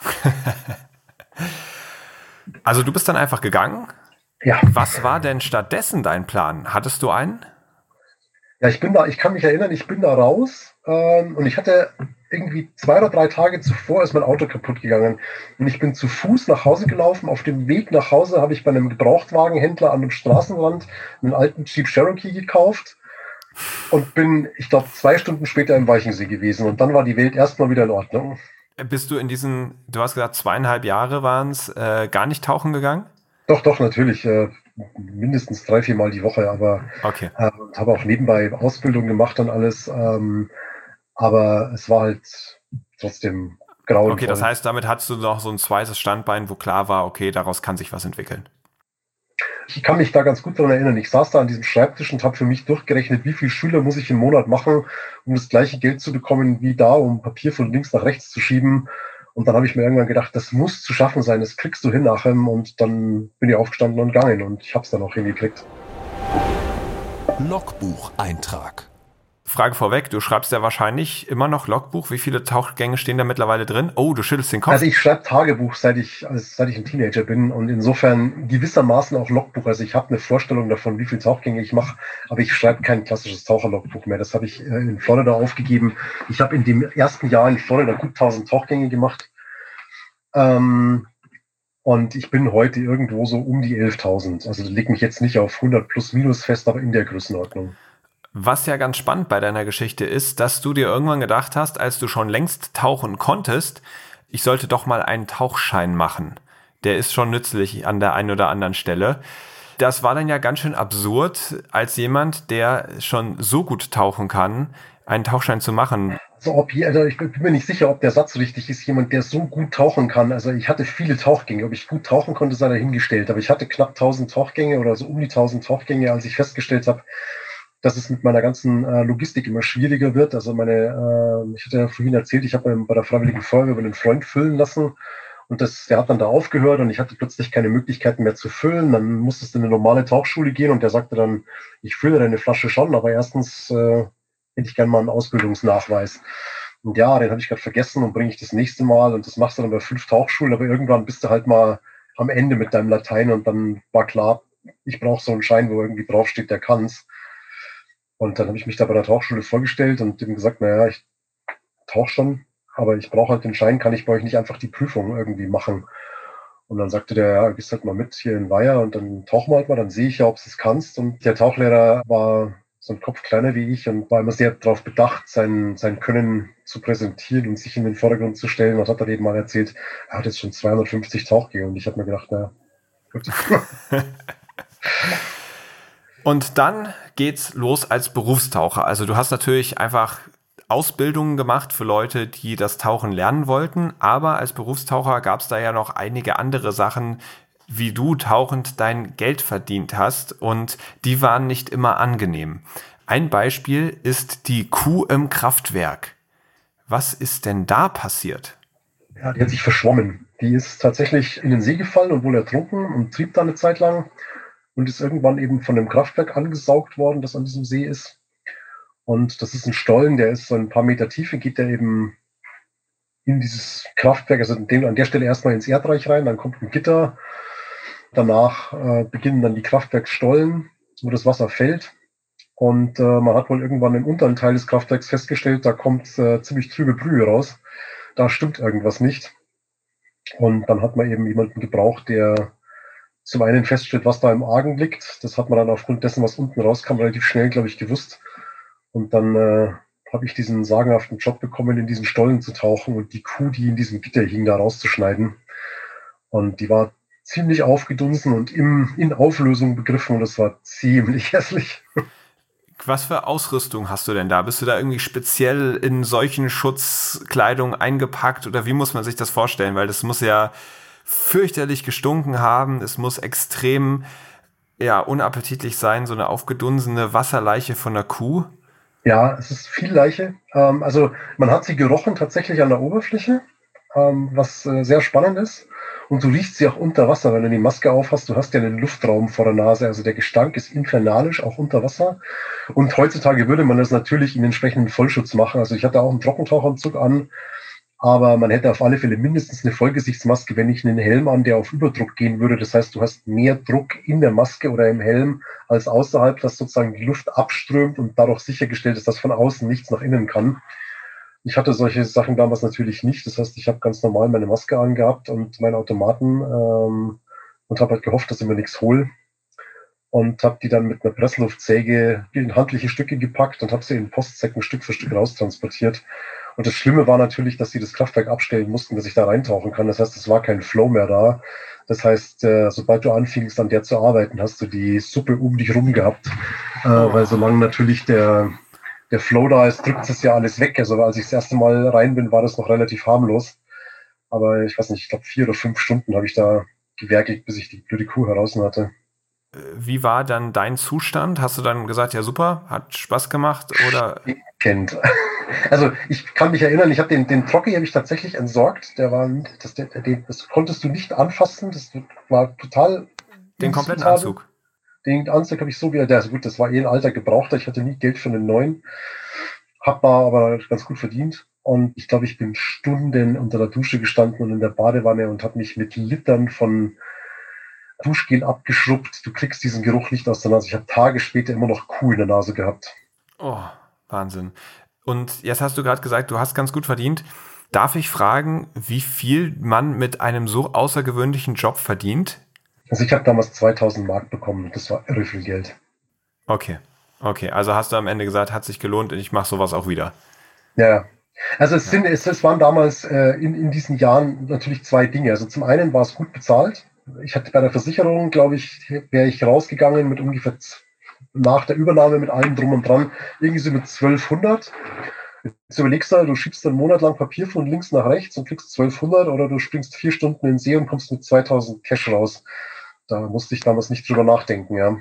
Also du bist dann einfach gegangen? Ja. Was war denn stattdessen dein Plan? Hattest du einen? Ja, ich kann mich erinnern, ich bin da raus und ich hatte irgendwie 2 oder 3 Tage zuvor ist mein Auto kaputt gegangen und ich bin zu Fuß nach Hause gelaufen. Auf dem Weg nach Hause habe ich bei einem Gebrauchtwagenhändler an dem Straßenrand einen alten Jeep Cherokee gekauft und bin, ich glaube, 2 Stunden später im Weichensee gewesen und dann war die Welt erstmal wieder in Ordnung. Bist du in diesen, du hast gesagt 2,5 Jahre waren es, gar nicht tauchen gegangen? Doch, natürlich. Mindestens 3-4 Mal die Woche, aber okay. Habe auch nebenbei Ausbildung gemacht und alles. Aber es war halt trotzdem grauenvoll. Okay, das heißt, damit hattest du noch so ein zweites Standbein, wo klar war, okay, daraus kann sich was entwickeln. Ich kann mich da ganz gut daran erinnern. Ich saß da an diesem Schreibtisch und habe für mich durchgerechnet, wie viele Schüler muss ich im Monat machen, um das gleiche Geld zu bekommen wie da, um Papier von links nach rechts zu schieben. Und dann habe ich mir irgendwann gedacht, das muss zu schaffen sein, das kriegst du hin, Achim. Und dann bin ich aufgestanden und gegangen und ich habe es dann auch hingekriegt. Logbucheintrag. Frage vorweg, du schreibst ja wahrscheinlich immer noch Logbuch. Wie viele Tauchgänge stehen da mittlerweile drin? Oh, du schüttelst den Kopf. Also ich schreibe Tagebuch, seit ich ein Teenager bin und insofern gewissermaßen auch Logbuch. Also ich habe eine Vorstellung davon, wie viele Tauchgänge ich mache, aber ich schreibe kein klassisches Taucherlogbuch mehr. Das habe ich in Florida aufgegeben. Ich habe in dem ersten Jahr in Florida gut 1000 Tauchgänge gemacht. Und ich bin heute irgendwo so um die 11.000. Also leg mich jetzt nicht auf 100 plus minus fest, aber in der Größenordnung. Was ja ganz spannend bei deiner Geschichte ist, dass du dir irgendwann gedacht hast, als du schon längst tauchen konntest, ich sollte doch mal einen Tauchschein machen. Der ist schon nützlich an der einen oder anderen Stelle. Das war dann ja ganz schön absurd, als jemand, der schon so gut tauchen kann, einen Tauchschein zu machen. Also ich bin mir nicht sicher, ob der Satz richtig ist, jemand, der so gut tauchen kann. Also ich hatte viele Tauchgänge. Ob ich gut tauchen konnte, sei dahingestellt. Aber ich hatte knapp 1000 Tauchgänge oder so um die 1000 Tauchgänge, als ich festgestellt habe, dass es mit meiner ganzen Logistik immer schwieriger wird. Also ich hatte ja vorhin erzählt, ich habe bei der Freiwilligen Feuerwehr über einen Freund füllen lassen und der hat dann da aufgehört und ich hatte plötzlich keine Möglichkeiten mehr zu füllen. Dann musstest du in eine normale Tauchschule gehen und der sagte dann, ich fülle deine Flasche schon, aber erstens hätte ich gerne mal einen Ausbildungsnachweis. Und ja, den habe ich gerade vergessen und bringe ich das nächste Mal und das machst du dann bei 5 Tauchschulen, aber irgendwann bist du halt mal am Ende mit deinem Latein und dann war klar, ich brauche so einen Schein, wo irgendwie draufsteht, der kann's. Und dann habe ich mich da bei der Tauchschule vorgestellt und dem gesagt, naja, ich tauche schon, aber ich brauche halt den Schein, kann ich bei euch nicht einfach die Prüfung irgendwie machen. Und dann sagte der, ja, gehst halt mal mit hier in Weiher und dann tauchen wir halt mal, dann sehe ich ja, ob du es kannst. Und der Tauchlehrer war so ein Kopf kleiner wie ich und war immer sehr darauf bedacht, sein Können zu präsentieren und sich in den Vordergrund zu stellen. Und hat dann eben mal erzählt, er hat jetzt schon 250 Tauchgänge. Und ich habe mir gedacht, naja, gut. Und dann geht's los als Berufstaucher. Also du hast natürlich einfach Ausbildungen gemacht für Leute, die das Tauchen lernen wollten, aber als Berufstaucher gab's da ja noch einige andere Sachen, wie du tauchend dein Geld verdient hast und die waren nicht immer angenehm. Ein Beispiel ist die Kuh im Kraftwerk. Was ist denn da passiert? Ja, die hat sich verschwommen. Die ist tatsächlich in den See gefallen und wohl ertrunken und trieb da eine Zeit lang. Und ist irgendwann eben von dem Kraftwerk angesaugt worden, das an diesem See ist. Und das ist ein Stollen, der ist so ein paar Meter Tiefe, geht der eben in dieses Kraftwerk, also an der Stelle erstmal ins Erdreich rein, dann kommt ein Gitter. Danach beginnen dann die Kraftwerksstollen, wo das Wasser fällt. Und man hat wohl irgendwann im unteren Teil des Kraftwerks festgestellt, da kommt ziemlich trübe Brühe raus. Da stimmt irgendwas nicht. Und dann hat man eben jemanden gebraucht, der zum einen feststellt, was da im Argen liegt. Das hat man dann aufgrund dessen, was unten rauskam, relativ schnell, glaube ich, gewusst. Und dann habe ich diesen sagenhaften Job bekommen, in diesen Stollen zu tauchen und die Kuh, die in diesem Gitter hing, da rauszuschneiden. Und die war ziemlich aufgedunsen und in Auflösung begriffen und das war ziemlich hässlich. Was für Ausrüstung hast du denn da? Bist du da irgendwie speziell in solchen Schutzkleidung eingepackt oder wie muss man sich das vorstellen? Weil das muss ja fürchterlich gestunken haben. Es muss extrem unappetitlich sein, so eine aufgedunsene Wasserleiche von einer Kuh. Ja, es ist viel Leiche. Also man hat sie gerochen tatsächlich an der Oberfläche, was sehr spannend ist. Und du riechst sie auch unter Wasser, wenn du die Maske aufhast. Du hast ja einen Luftraum vor der Nase. Also der Gestank ist infernalisch, auch unter Wasser. Und heutzutage würde man das natürlich in entsprechenden Vollschutz machen. Also ich hatte auch einen Trockentauchanzug an. Aber man hätte auf alle Fälle mindestens eine Vollgesichtsmaske, wenn nicht einen Helm an, der auf Überdruck gehen würde. Das heißt, du hast mehr Druck in der Maske oder im Helm als außerhalb, dass sozusagen die Luft abströmt und dadurch sichergestellt ist, dass von außen nichts nach innen kann. Ich hatte solche Sachen damals natürlich nicht. Das heißt, ich habe ganz normal meine Maske angehabt und meinen Automaten und habe halt gehofft, dass ich mir nichts hole. Und habe die dann mit einer Pressluftsäge in handliche Stücke gepackt und habe sie in Postsäcken Stück für Stück raustransportiert. Und das Schlimme war natürlich, dass sie das Kraftwerk abstellen mussten, dass ich da reintauchen kann. Das heißt, es war kein Flow mehr da. Das heißt, sobald du anfingst, an der zu arbeiten, hast du die Suppe um dich rum gehabt. Weil solange natürlich der Flow da ist, drückt es ja alles weg. Also als ich das erste Mal rein bin, war das noch relativ harmlos. Aber ich weiß nicht, ich glaube 4 oder 5 Stunden habe ich da gewerkelt, bis ich die blöde Kuh heraus hatte. Wie war dann dein Zustand? Hast du dann gesagt, ja super, hat Spaß gemacht oder? Kennt. Also ich kann mich erinnern, ich habe den Trocki habe ich tatsächlich entsorgt. Das konntest du nicht anfassen. Das war total. Den kompletten Anzug. Den Anzug habe ich so wieder. Das war ein alter Gebrauchter. Ich hatte nie Geld für einen neuen. Hab mal aber ganz gut verdient. Und ich glaube, ich bin Stunden unter der Dusche gestanden und in der Badewanne und habe mich mit Litern von Duschgel abgeschrubbt. Du kriegst diesen Geruch nicht aus der Nase. Ich habe Tage später immer noch Kuh in der Nase gehabt. Oh, Wahnsinn. Und jetzt hast du gerade gesagt, du hast ganz gut verdient. Darf ich fragen, wie viel man mit einem so außergewöhnlichen Job verdient? Also ich habe damals 2000 Mark bekommen. Das war irre viel Geld. Okay. Okay, also hast du am Ende gesagt, hat sich gelohnt und ich mache sowas auch wieder. Ja, also es waren damals in diesen Jahren natürlich zwei Dinge. Also zum einen war es gut bezahlt. Ich hatte bei der Versicherung, glaube ich, wäre ich rausgegangen mit ungefähr nach der Übernahme mit allem drum und dran, irgendwie so mit 1200. Jetzt überlegst du schiebst einen Monat lang Papier von links nach rechts und kriegst 1200 oder du springst 4 Stunden in den See und kommst mit 2000 Cash raus. Da musste ich damals nicht drüber nachdenken, ja.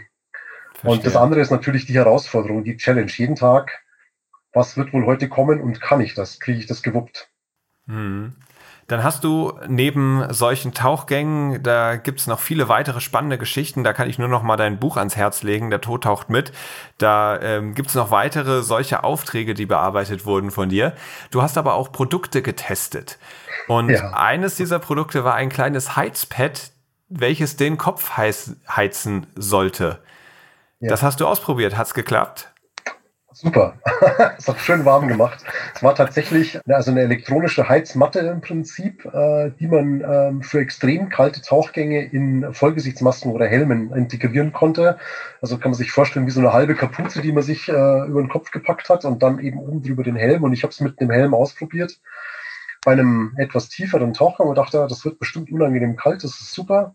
Und das Verstehe. andere ist natürlich die Herausforderung, die Challenge. Jeden Tag, was wird wohl heute kommen und kann ich das? Kriege ich das gewuppt? Mhm. Dann hast du neben solchen Tauchgängen, da gibt es noch viele weitere spannende Geschichten. Da kann ich nur noch mal dein Buch ans Herz legen, Der Tod taucht mit. Da gibt es noch weitere solche Aufträge, die bearbeitet wurden von dir. Du hast aber auch Produkte getestet. Und Ja. eines dieser Produkte war ein kleines Heizpad, welches den Kopf heizen sollte. Ja. Das hast du ausprobiert. Hat's geklappt? Super. Es hat schön warm gemacht. Es war tatsächlich also eine elektronische Heizmatte im Prinzip, die man für extrem kalte Tauchgänge in Vollgesichtsmasken oder Helmen integrieren konnte. Also kann man sich vorstellen wie so eine halbe Kapuze, die man sich über den Kopf gepackt hat und dann eben oben drüber den Helm. Und ich habe es mit dem Helm ausprobiert bei einem etwas tieferen Tauchgang und dachte, das wird bestimmt unangenehm kalt, das ist super.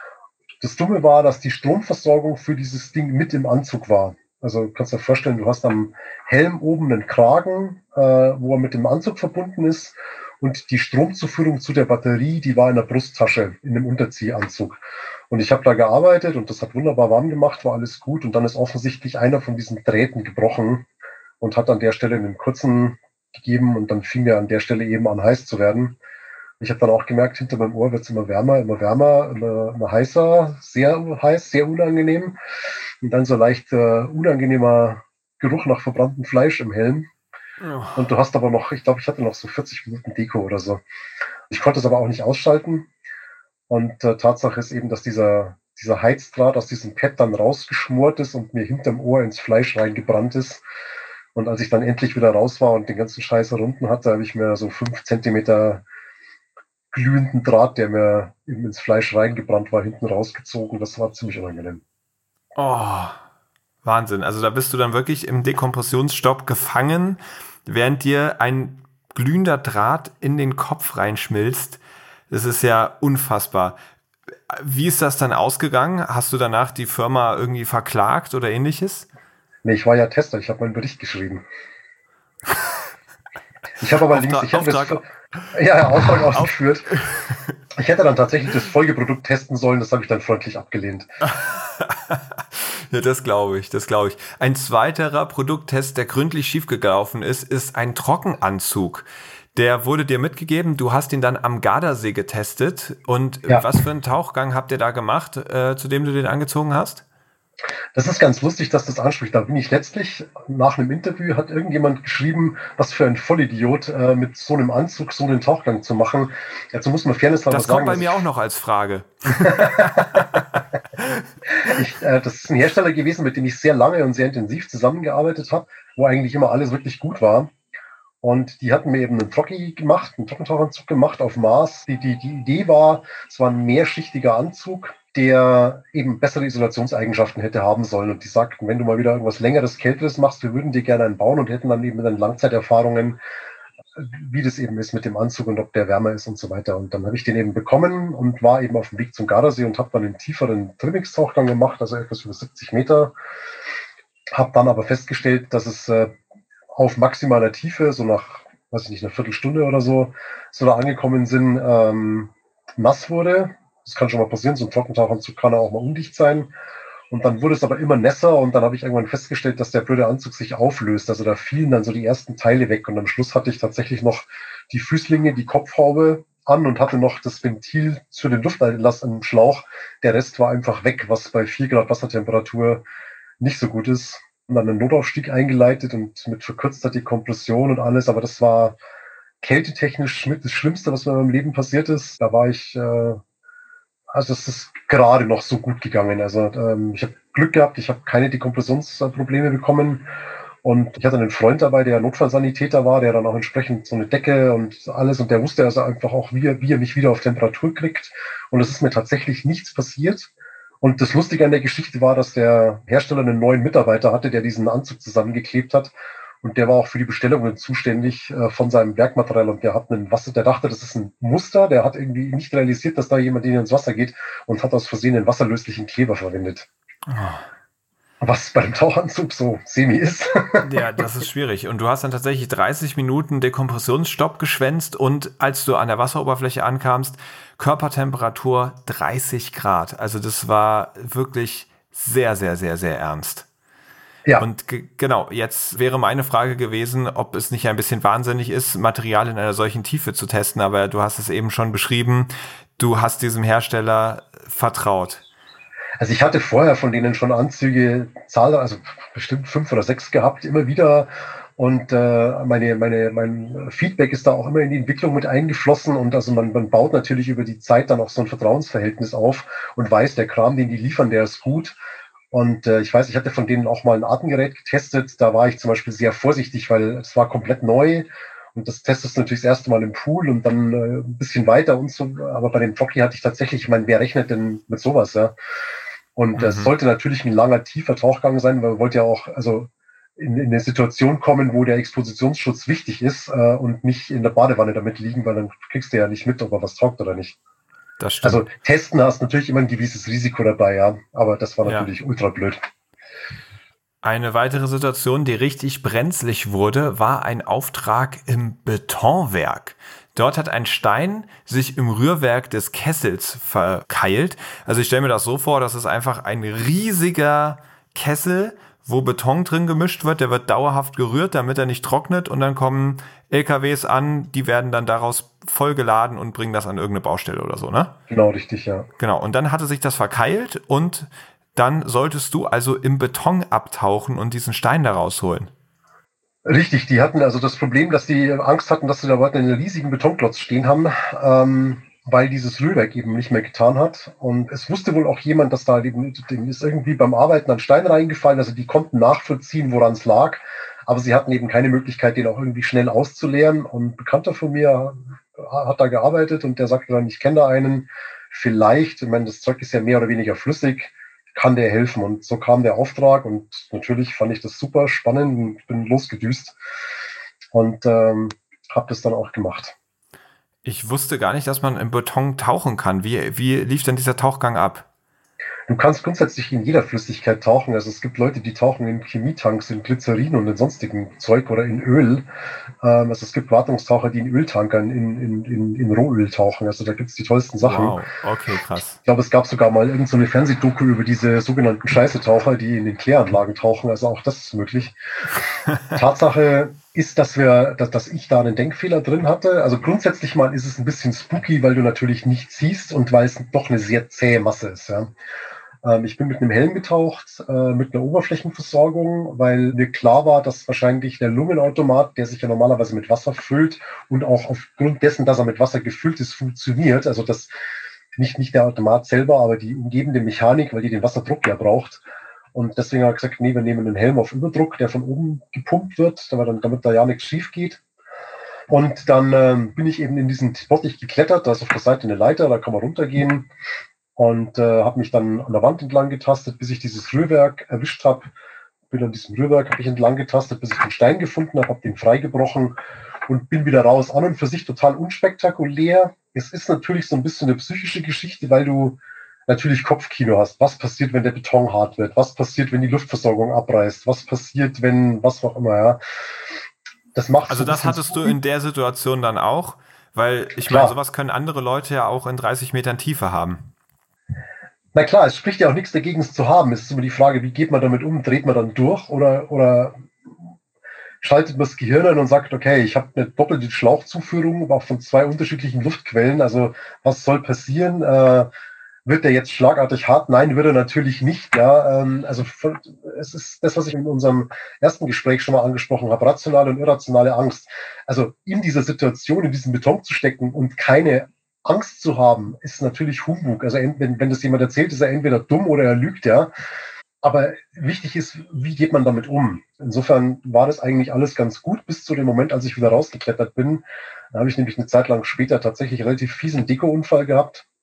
Das Dumme war, dass die Stromversorgung für dieses Ding mit im Anzug war. Also kannst du dir vorstellen, du hast am Helm oben einen Kragen, wo er mit dem Anzug verbunden ist. Und die Stromzuführung zu der Batterie, die war in der Brusttasche, in dem Unterziehanzug. Und ich habe da gearbeitet und das hat wunderbar warm gemacht, war alles gut. Und dann ist offensichtlich einer von diesen Drähten gebrochen und hat an der Stelle einen kurzen gegeben. Und dann fing er an der Stelle eben an, heiß zu werden. Ich habe dann auch gemerkt, hinter meinem Ohr wird es immer wärmer, immer heißer, sehr heiß, sehr unangenehm. Und dann so leicht unangenehmer Geruch nach verbranntem Fleisch im Helm. Und du hast aber noch, ich glaube, ich hatte noch so 40 Minuten Deko oder so. Ich konnte es aber auch nicht ausschalten. Und Tatsache ist eben, dass dieser Heizdraht aus diesem Pad dann rausgeschmort ist und mir hinterm Ohr ins Fleisch reingebrannt ist. Und als ich dann endlich wieder raus war und den ganzen Scheiß herunten hatte, habe ich mir so 5 Zentimeter glühenden Draht, der mir eben ins Fleisch reingebrannt war, hinten rausgezogen. Das war ziemlich unangenehm. Oh, Wahnsinn. Also da bist du dann wirklich im Dekompressionsstopp gefangen, während dir ein glühender Draht in den Kopf reinschmilzt. Das ist ja unfassbar. Wie ist das dann ausgegangen? Hast du danach die Firma irgendwie verklagt oder ähnliches? Nee, ich war ja Tester, ich habe meinen Bericht geschrieben. Ich habe aber Auftrag Auftrag ausgeführt. Ich hätte dann tatsächlich das Folgeprodukt testen sollen, das habe ich dann freundlich abgelehnt. Ja, das glaube ich. Ein zweiterer Produkttest, der gründlich schiefgelaufen ist, ist ein Trockenanzug. Der wurde dir mitgegeben, du hast ihn dann am Gardasee getestet. Und Ja. was für einen Tauchgang habt ihr da gemacht, zu dem du den angezogen hast? Das ist ganz lustig, dass das anspricht. Da bin ich letztlich, nach einem Interview hat irgendjemand geschrieben, was für ein Vollidiot, mit so einem Anzug so einen Tauchgang zu machen. Dazu muss man fairness halber Das kommt sagen. bei mir auch noch als Frage. Das ist ein Hersteller gewesen, mit dem ich sehr lange und sehr intensiv zusammengearbeitet habe, wo eigentlich immer alles wirklich gut war. Und die hatten mir eben einen Trockentauchanzug gemacht auf Maß. Die Idee war, es war ein mehrschichtiger Anzug, der eben bessere Isolationseigenschaften hätte haben sollen. Und die sagten, wenn du mal wieder irgendwas Längeres, Kälteres machst, wir würden dir gerne einen bauen und hätten dann eben dann Langzeiterfahrungen, wie das eben ist mit dem Anzug und ob der wärmer ist und so weiter. Und dann habe ich den eben bekommen und war eben auf dem Weg zum Gardasee und habe dann einen tieferen Trimmix-Tauchgang gemacht, also etwas über 70 Meter. Habe dann aber festgestellt, dass es auf maximaler Tiefe, so nach, weiß ich nicht, einer Viertelstunde oder so da angekommen sind, nass wurde. Das kann schon mal passieren, so ein Trockentauchanzug kann auch mal undicht sein. Und dann wurde es aber immer nässer und dann habe ich irgendwann festgestellt, dass der blöde Anzug sich auflöst. Also da fielen dann so die ersten Teile weg und am Schluss hatte ich tatsächlich noch die Füßlinge, die Kopfhaube an und hatte noch das Ventil für den Lufteinlass im Schlauch. Der Rest war einfach weg, was bei 4 Grad Wassertemperatur nicht so gut ist. Und dann einen Notaufstieg eingeleitet und mit verkürzter Dekompression und alles. Aber das war kältetechnisch mit das Schlimmste, was mir in meinem Leben passiert ist. Da war ich, also es ist gerade noch so gut gegangen. Also ich habe Glück gehabt, ich habe keine Dekompressionsprobleme bekommen. Und ich hatte einen Freund dabei, der Notfallsanitäter war, der dann auch entsprechend so eine Decke und alles, und der wusste also einfach auch, wie er mich wieder auf Temperatur kriegt. Und es ist mir tatsächlich nichts passiert. Und das Lustige an der Geschichte war, dass der Hersteller einen neuen Mitarbeiter hatte, der diesen Anzug zusammengeklebt hat. Und der war auch für die Bestellungen zuständig von seinem Werkmaterial. Und der hat der dachte, das ist ein Muster. Der hat irgendwie nicht realisiert, dass da jemand ins Wasser geht und hat aus Versehen einen wasserlöslichen Kleber verwendet. Oh. Was bei dem Tauchanzug so semi ist. Ja, das ist schwierig. Und du hast dann tatsächlich 30 Minuten Dekompressionsstopp geschwänzt und als du an der Wasseroberfläche ankamst, Körpertemperatur 30 Grad. Also das war wirklich sehr, sehr, sehr, sehr ernst. Ja. Und genau, jetzt wäre meine Frage gewesen, ob es nicht ein bisschen wahnsinnig ist, Material in einer solchen Tiefe zu testen, aber du hast es eben schon beschrieben, du hast diesem Hersteller vertraut. Also ich hatte vorher von denen schon Anzüge, also bestimmt 5 oder 6 gehabt, immer wieder. Und mein Feedback ist da auch immer in die Entwicklung mit eingeflossen. Und also man baut natürlich über die Zeit dann auch so ein Vertrauensverhältnis auf und weiß, der Kram, den die liefern, der ist gut. Und ich weiß, ich hatte von denen auch mal ein Atemgerät getestet. Da war ich zum Beispiel sehr vorsichtig, weil es war komplett neu. Und das testest du natürlich das erste Mal im Pool und dann ein bisschen weiter und so. Aber bei dem Trockey hatte ich tatsächlich, ich meine, wer rechnet denn mit sowas, ja? Und es sollte natürlich ein langer, tiefer Tauchgang sein, weil man wollte ja auch also in eine Situation kommen, wo der Expositionsschutz wichtig ist und nicht in der Badewanne damit liegen, weil dann kriegst du ja nicht mit, ob er was taugt oder nicht. Das stimmt. Also testen hast natürlich immer ein gewisses Risiko dabei, ja. Aber das war natürlich ultra blöd. Eine weitere Situation, die richtig brenzlig wurde, war ein Auftrag im Betonwerk. Dort hat ein Stein sich im Rührwerk des Kessels verkeilt. Also ich stelle mir das so vor, das ist einfach ein riesiger Kessel, wo Beton drin gemischt wird. Der wird dauerhaft gerührt, damit er nicht trocknet. Und dann kommen LKWs an, die werden dann daraus vollgeladen und bringen das an irgendeine Baustelle oder so, ne? Genau, richtig, ja. Genau, und dann hatte sich das verkeilt und dann solltest du also im Beton abtauchen und diesen Stein da rausholen. Richtig, die hatten also das Problem, dass die Angst hatten, dass sie da einen riesigen Betonklotz stehen haben, weil dieses Rührwerk eben nicht mehr getan hat. Und es wusste wohl auch jemand, dass da dem ist irgendwie beim Arbeiten ein Stein reingefallen. Also die konnten nachvollziehen, woran es lag. Aber sie hatten eben keine Möglichkeit, den auch irgendwie schnell auszuleeren. Und ein Bekannter von mir hat da gearbeitet und der sagte dann, ich kenne da einen, vielleicht, ich meine, das Zeug ist ja mehr oder weniger flüssig, kann der helfen. Und so kam der Auftrag und natürlich fand ich das super spannend und bin losgedüst und habe das dann auch gemacht. Ich wusste gar nicht, dass man im Beton tauchen kann. Wie lief denn dieser Tauchgang ab? Du kannst grundsätzlich in jeder Flüssigkeit tauchen. Also es gibt Leute, die tauchen in Chemietanks, in Glycerin und in sonstigen Zeug oder in Öl. Also es gibt Wartungstaucher, die in Öltankern, in Rohöl tauchen. Also da gibt's die tollsten Sachen. Wow, okay, krass. Ich glaube, es gab sogar mal irgend so eine Fernsehdoku über diese sogenannten Scheiße-Taucher, die in den Kläranlagen tauchen. Also auch das ist möglich. Tatsache ist, dass ich da einen Denkfehler drin hatte. Also grundsätzlich mal ist es ein bisschen spooky, weil du natürlich nichts siehst und weil es doch eine sehr zähe Masse ist. Ja. Ich bin mit einem Helm getaucht, mit einer Oberflächenversorgung, weil mir klar war, dass wahrscheinlich der Lungenautomat, der sich ja normalerweise mit Wasser füllt und auch aufgrund dessen, dass er mit Wasser gefüllt ist, funktioniert. Also das nicht der Automat selber, aber die umgebende Mechanik, weil die den Wasserdruck ja braucht. Und deswegen habe ich gesagt, nee, wir nehmen einen Helm auf Überdruck, der von oben gepumpt wird, damit da ja nichts schief geht. Und dann bin ich eben in diesen Bottich geklettert, da ist auf der Seite eine Leiter, da kann man runtergehen. Und habe mich dann an der Wand entlang getastet, bis ich dieses Rührwerk erwischt habe. Bin an diesem Rührwerk habe ich entlang getastet, bis ich den Stein gefunden habe den freigebrochen und bin wieder raus. An und für sich total unspektakulär. Es ist natürlich so ein bisschen eine psychische Geschichte, weil du natürlich Kopfkino hast. Was passiert, wenn der Beton hart wird? Was passiert, wenn die Luftversorgung abreißt? Was passiert, wenn was auch immer, ja. Das macht also so das hattest du in der Situation dann auch? Weil ich meine, sowas können andere Leute ja auch in 30 Metern Tiefe haben. Na klar, es spricht ja auch nichts dagegen, es zu haben. Es ist immer die Frage, wie geht man damit um? Dreht man dann durch oder schaltet man das Gehirn ein und sagt, okay, ich habe eine doppelte Schlauchzuführung, auch von 2 unterschiedlichen Luftquellen. Also was soll passieren? Wird der jetzt schlagartig hart? Nein, wird er natürlich nicht. Ja, also es ist das, was ich in unserem ersten Gespräch schon mal angesprochen habe, rationale und irrationale Angst. Also in dieser Situation, in diesem Beton zu stecken und keine Angst zu haben, ist natürlich Humbug. Also wenn das jemand erzählt, ist er entweder dumm oder er lügt, ja. Aber wichtig ist, wie geht man damit um? Insofern war das eigentlich alles ganz gut bis zu dem Moment, als ich wieder rausgeklettert bin. Da habe ich nämlich eine Zeit lang später tatsächlich relativ fiesen Deko-Unfall gehabt.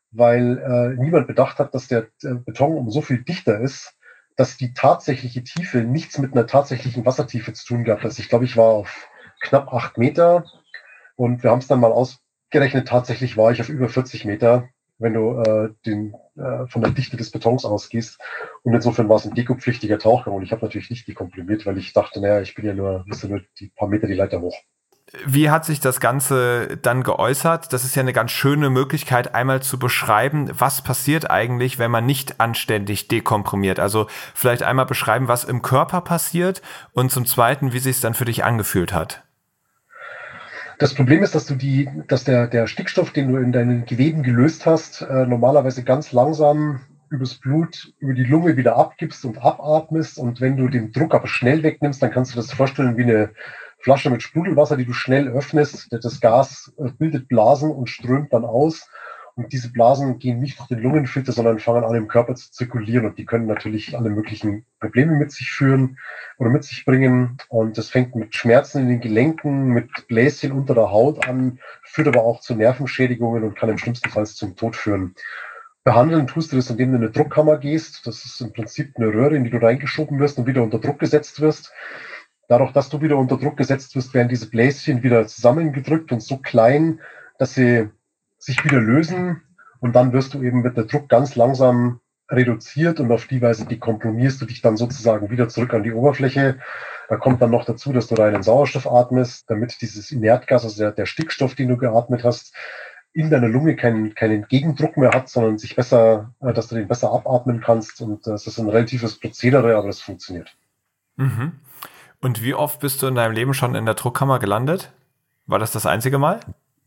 weil niemand bedacht hat, dass der Beton um so viel dichter ist, dass die tatsächliche Tiefe nichts mit einer tatsächlichen Wassertiefe zu tun gehabt hat. Also ich glaube, ich war auf knapp 8 Meter und wir haben es dann mal ausgerechnet. Tatsächlich war ich auf über 40 Meter, wenn du von der Dichte des Betons ausgehst. Und insofern war es ein dekopflichtiger Tauchgang. Und ich habe natürlich nicht dekomprimiert, weil ich dachte, naja, ich bin ja nur die paar Meter die Leiter hoch. Wie hat sich das Ganze dann geäußert? Das ist ja eine ganz schöne Möglichkeit, einmal zu beschreiben, was passiert eigentlich, wenn man nicht anständig dekomprimiert. Also vielleicht einmal beschreiben, was im Körper passiert und zum Zweiten, wie sich es dann für dich angefühlt hat. Das Problem ist, dass der Stickstoff, den du in deinen Geweben gelöst hast, normalerweise ganz langsam übers Blut, über die Lunge wieder abgibst und abatmest. Und wenn du den Druck aber schnell wegnimmst, dann kannst du das vorstellen wie eine Flasche mit Sprudelwasser, die du schnell öffnest. Das Gas bildet Blasen und strömt dann aus. Und diese Blasen gehen nicht durch den Lungenfilter, sondern fangen an, im Körper zu zirkulieren. Und die können natürlich alle möglichen Probleme mit sich führen oder mit sich bringen. Und das fängt mit Schmerzen in den Gelenken, mit Bläschen unter der Haut an, führt aber auch zu Nervenschädigungen und kann im schlimmsten Fall zum Tod führen. Behandeln tust du das, indem du in eine Druckkammer gehst. Das ist im Prinzip eine Röhre, in die du reingeschoben wirst und wieder unter Druck gesetzt wirst. Dadurch, dass du wieder unter Druck gesetzt wirst, werden diese Bläschen wieder zusammengedrückt und so klein, dass sie sich wieder lösen. Und dann wirst du eben mit der Druck ganz langsam reduziert und auf die Weise dekomprimierst du dich dann sozusagen wieder zurück an die Oberfläche. Da kommt dann noch dazu, dass du reinen Sauerstoff atmest, damit dieses Inertgas, also der Stickstoff, den du geatmet hast, in deiner Lunge keinen Gegendruck mehr hat, sondern dass du den besser abatmen kannst. Und das ist ein relatives Prozedere, aber das funktioniert. Mhm. Und wie oft bist du in deinem Leben schon in der Druckkammer gelandet? War das einzige Mal?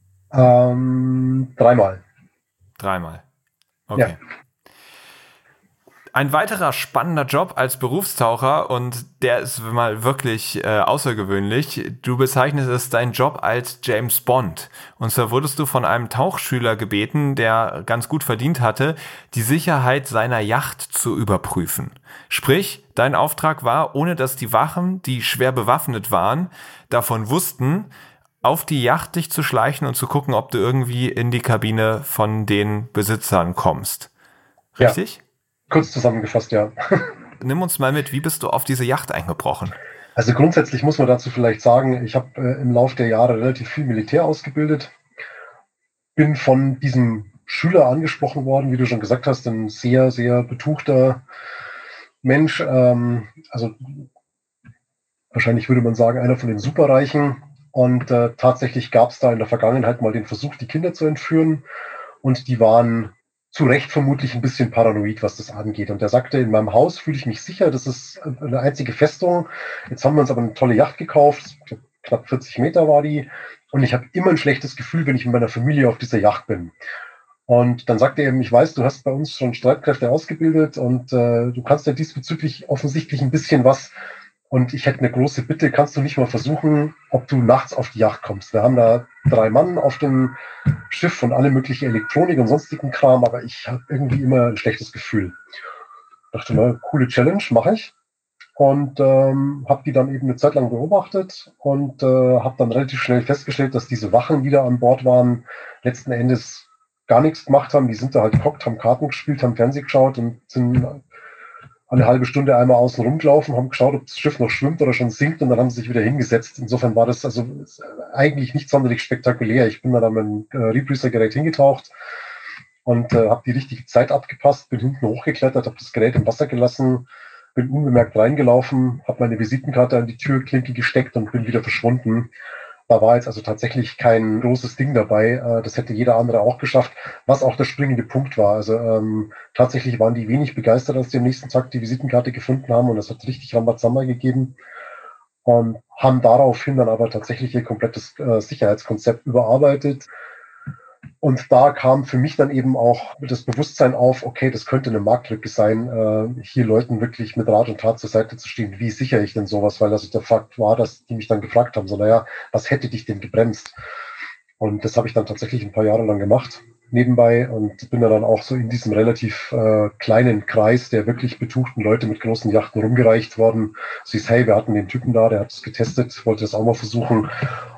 3-mal. 3-mal. Okay. Ja. Ein weiterer spannender Job als Berufstaucher, und der ist mal wirklich außergewöhnlich. Du bezeichnest es deinen Job als James Bond. Und zwar wurdest du von einem Tauchschüler gebeten, der ganz gut verdient hatte, die Sicherheit seiner Yacht zu überprüfen. Sprich, dein Auftrag war, ohne dass die Wachen, die schwer bewaffnet waren, davon wussten, auf die Yacht dich zu schleichen und zu gucken, ob du irgendwie in die Kabine von den Besitzern kommst. Richtig? Ja. Kurz zusammengefasst, ja. Nimm uns mal mit, wie bist du auf diese Yacht eingebrochen? Also grundsätzlich muss man dazu vielleicht sagen, ich habe im Laufe der Jahre relativ viel Militär ausgebildet, bin von diesem Schüler angesprochen worden, wie du schon gesagt hast, ein sehr, sehr betuchter Mensch, also wahrscheinlich würde man sagen, einer von den Superreichen. Und tatsächlich gab es da in der Vergangenheit mal den Versuch, die Kinder zu entführen. Und die waren zu Recht vermutlich ein bisschen paranoid, was das angeht. Und er sagte, in meinem Haus fühle ich mich sicher, das ist eine einzige Festung. Jetzt haben wir uns aber eine tolle Yacht gekauft, knapp 40 Meter war die. Und ich habe immer ein schlechtes Gefühl, wenn ich mit meiner Familie auf dieser Yacht bin. Und dann sagte er eben, ich weiß, du hast bei uns schon Streitkräfte ausgebildet und du kannst ja diesbezüglich offensichtlich ein bisschen was. Und ich hätte eine große Bitte, kannst du nicht mal versuchen, ob du nachts auf die Yacht kommst? Wir haben da 3 Mann auf dem Schiff und alle mögliche Elektronik und sonstigen Kram, aber ich habe irgendwie immer ein schlechtes Gefühl. Dachte mal, coole Challenge, mache ich. Und habe die dann eben eine Zeit lang beobachtet und habe dann relativ schnell festgestellt, dass diese Wachen, die da an Bord waren, letzten Endes gar nichts gemacht haben. Die sind da halt gehockt, haben Karten gespielt, haben Fernsehen geschaut und sind eine halbe Stunde einmal außen rumgelaufen, haben geschaut, ob das Schiff noch schwimmt oder schon sinkt und dann haben sie sich wieder hingesetzt. Insofern war das also eigentlich nicht sonderlich spektakulär. Ich bin da dann mit dem Rebreather-Gerät hingetaucht und habe die richtige Zeit abgepasst, bin hinten hochgeklettert, habe das Gerät im Wasser gelassen, bin unbemerkt reingelaufen, habe meine Visitenkarte an die Türklinke gesteckt und bin wieder verschwunden. Da war jetzt also tatsächlich kein großes Ding dabei. Das hätte jeder andere auch geschafft, was auch der springende Punkt war. Also tatsächlich waren die wenig begeistert, als die am nächsten Tag die Visitenkarte gefunden haben und es hat richtig Rambazamba gegeben und haben daraufhin dann aber tatsächlich ihr komplettes Sicherheitskonzept überarbeitet. Und da kam für mich dann eben auch das Bewusstsein auf, okay, das könnte eine Marktlücke sein, hier Leuten wirklich mit Rat und Tat zur Seite zu stehen. Wie sichere ich denn sowas? Weil das der Fakt war, dass die mich dann gefragt haben, so, naja, was hätte dich denn gebremst? Und das habe ich dann tatsächlich ein paar Jahre lang gemacht, nebenbei, und bin dann auch so in diesem relativ kleinen Kreis der wirklich betuchten Leute mit großen Yachten rumgereicht worden. Sie ist, hey, wir hatten den Typen da, der hat es getestet, wollte das auch mal versuchen.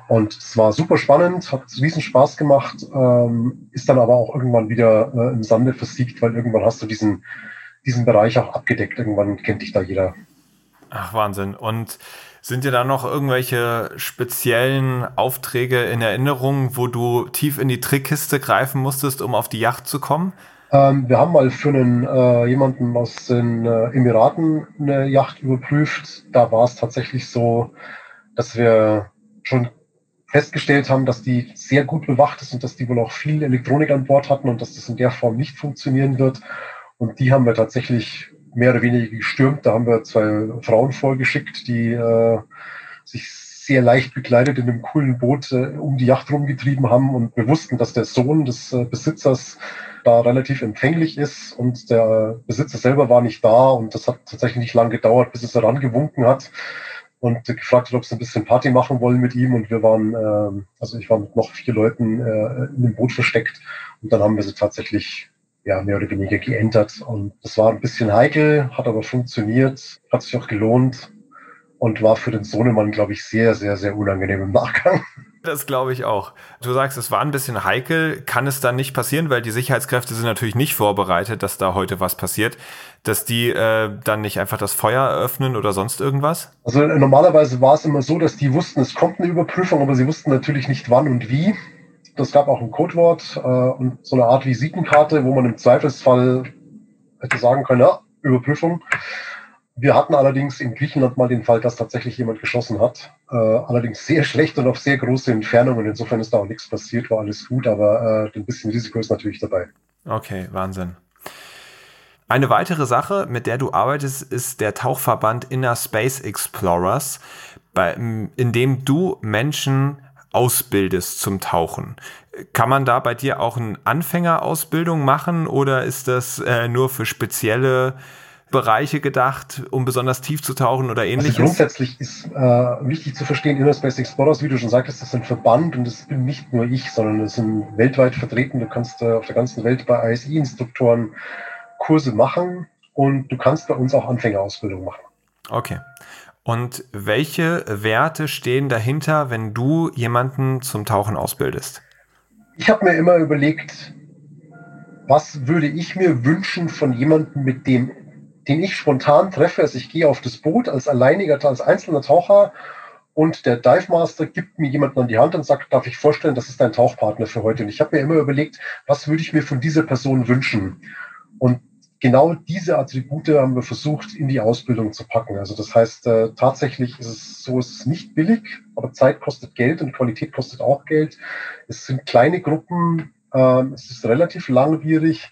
Und es war super spannend, hat riesen Spaß gemacht, ist dann aber auch irgendwann wieder im Sande versiegt, weil irgendwann hast du diesen Bereich auch abgedeckt. Irgendwann kennt dich da jeder. Ach, Wahnsinn. Und sind dir da noch irgendwelche speziellen Aufträge in Erinnerung, wo du tief in die Trickkiste greifen musstest, um auf die Yacht zu kommen? Wir haben mal für jemanden aus den Emiraten eine Yacht überprüft. Da war es tatsächlich so, dass wir schon festgestellt haben, dass die sehr gut bewacht ist und dass die wohl auch viel Elektronik an Bord hatten und dass das in der Form nicht funktionieren wird. Und die haben wir tatsächlich mehr oder weniger gestürmt. Da haben wir 2 Frauen vorgeschickt, die sich sehr leicht bekleidet in einem coolen Boot um die Yacht rumgetrieben haben. Und wir wussten, dass der Sohn des Besitzers da relativ empfänglich ist und der Besitzer selber war nicht da. Und das hat tatsächlich nicht lange gedauert, bis es herangewunken hat und gefragt hat, ob sie ein bisschen Party machen wollen mit ihm. Und wir waren, ich war mit noch 4 Leuten in dem Boot versteckt. Und dann haben wir sie tatsächlich mehr oder weniger geentert. Und das war ein bisschen heikel, hat aber funktioniert, hat sich auch gelohnt und war für den Sohnemann, glaube ich, sehr, sehr, sehr unangenehm im Nachgang. Das glaube ich auch. Du sagst, es war ein bisschen heikel. Kann es dann nicht passieren, weil die Sicherheitskräfte sind natürlich nicht vorbereitet, dass da heute was passiert, dass die dann nicht einfach das Feuer eröffnen oder sonst irgendwas? Also normalerweise war es immer so, dass die wussten, es kommt eine Überprüfung, aber sie wussten natürlich nicht wann und wie. Das gab auch ein Codewort und so eine Art Visitenkarte, wo man im Zweifelsfall hätte sagen können, ja, Überprüfung. Wir hatten allerdings in Griechenland mal den Fall, dass tatsächlich jemand geschossen hat. Allerdings sehr schlecht und auf sehr große Entfernungen. Insofern ist da auch nichts passiert, war alles gut, aber ein bisschen Risiko ist natürlich dabei. Okay, Wahnsinn. Eine weitere Sache, mit der du arbeitest, ist der Tauchverband Inner Space Explorers, in dem du Menschen ausbildest zum Tauchen. Kann man da bei dir auch eine Anfängerausbildung machen oder ist das nur für spezielle Bereiche gedacht, um besonders tief zu tauchen oder ähnliches? Also grundsätzlich ist wichtig zu verstehen, Inner Space Explorers, wie du schon sagtest, das ist ein Verband und das bin nicht nur ich, sondern das sind weltweit vertreten. Du kannst auf der ganzen Welt bei ISI-Instruktoren Kurse machen und du kannst bei uns auch Anfängerausbildung machen. Okay. Und welche Werte stehen dahinter, wenn du jemanden zum Tauchen ausbildest? Ich habe mir immer überlegt, was würde ich mir wünschen von jemandem, den ich spontan treffe. Also ich gehe auf das Boot als einzelner Taucher und der Dive Master gibt mir jemanden an die Hand und sagt, darf ich vorstellen, das ist dein Tauchpartner für heute. Und ich habe mir immer überlegt, was würde ich mir von dieser Person wünschen? Und genau diese Attribute haben wir versucht, in die Ausbildung zu packen. Also das heißt, tatsächlich ist es so, es ist nicht billig, aber Zeit kostet Geld und Qualität kostet auch Geld. Es sind kleine Gruppen, es ist relativ langwierig,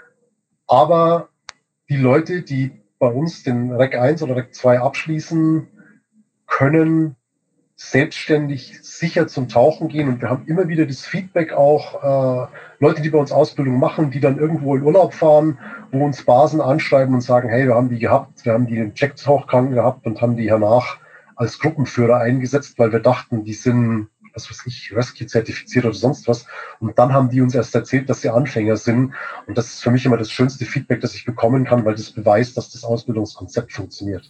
aber die Leute, die bei uns den Rec 1 oder Rec 2 abschließen, können selbstständig sicher zum Tauchen gehen und wir haben immer wieder das Feedback auch, Leute, die bei uns Ausbildung machen, die dann irgendwo in Urlaub fahren, wo uns Basen anschreiben und sagen, hey, wir haben die gehabt, wir haben die im Check-Tauchgang gehabt und haben die danach als Gruppenführer eingesetzt, weil wir dachten, die sind, was weiß ich, Rescue-zertifiziert oder sonst was. Und dann haben die uns erst erzählt, dass sie Anfänger sind. Und das ist für mich immer das schönste Feedback, das ich bekommen kann, weil das beweist, dass das Ausbildungskonzept funktioniert.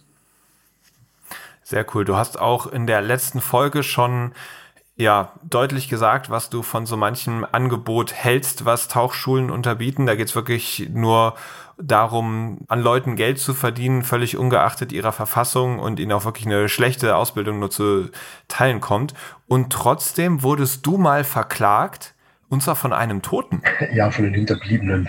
Sehr cool. Du hast auch in der letzten Folge schon deutlich gesagt, was du von so manchem Angebot hältst, was Tauchschulen unterbieten. Da geht es wirklich nur darum, an Leuten Geld zu verdienen, völlig ungeachtet ihrer Verfassung und ihnen auch wirklich eine schlechte Ausbildung nur zu teilen kommt. Und trotzdem wurdest du mal verklagt, und zwar von einem Toten. Ja, von den Hinterbliebenen.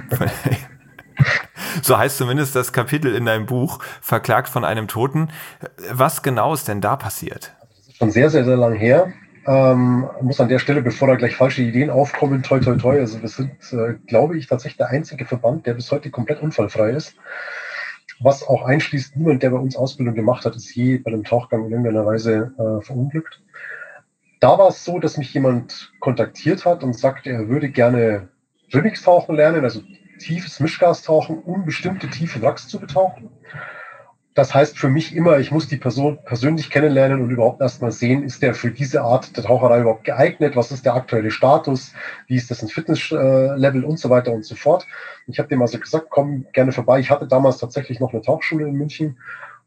So heißt zumindest das Kapitel in deinem Buch, verklagt von einem Toten. Was genau ist denn da passiert? Das ist schon sehr, sehr, sehr lang her. Muss an der Stelle, bevor da gleich falsche Ideen aufkommen, toi, toi, toi. Also wir sind, glaube ich, tatsächlich der einzige Verband, der bis heute komplett unfallfrei ist. Was auch einschließt, niemand, der bei uns Ausbildung gemacht hat, ist je bei einem Tauchgang in irgendeiner Weise verunglückt. Da war es so, dass mich jemand kontaktiert hat und sagte, er würde gerne Remix-Tauchen lernen, also tiefes Mischgastauchen, unbestimmte tiefe Wracks zu betauchen. Das heißt für mich immer, ich muss die Person persönlich kennenlernen und überhaupt erstmal sehen, ist der für diese Art der Taucherei überhaupt geeignet, was ist der aktuelle Status, wie ist das ein Fitnesslevel und so weiter und so fort. Ich habe dem also gesagt, komm gerne vorbei. Ich hatte damals tatsächlich noch eine Tauchschule in München,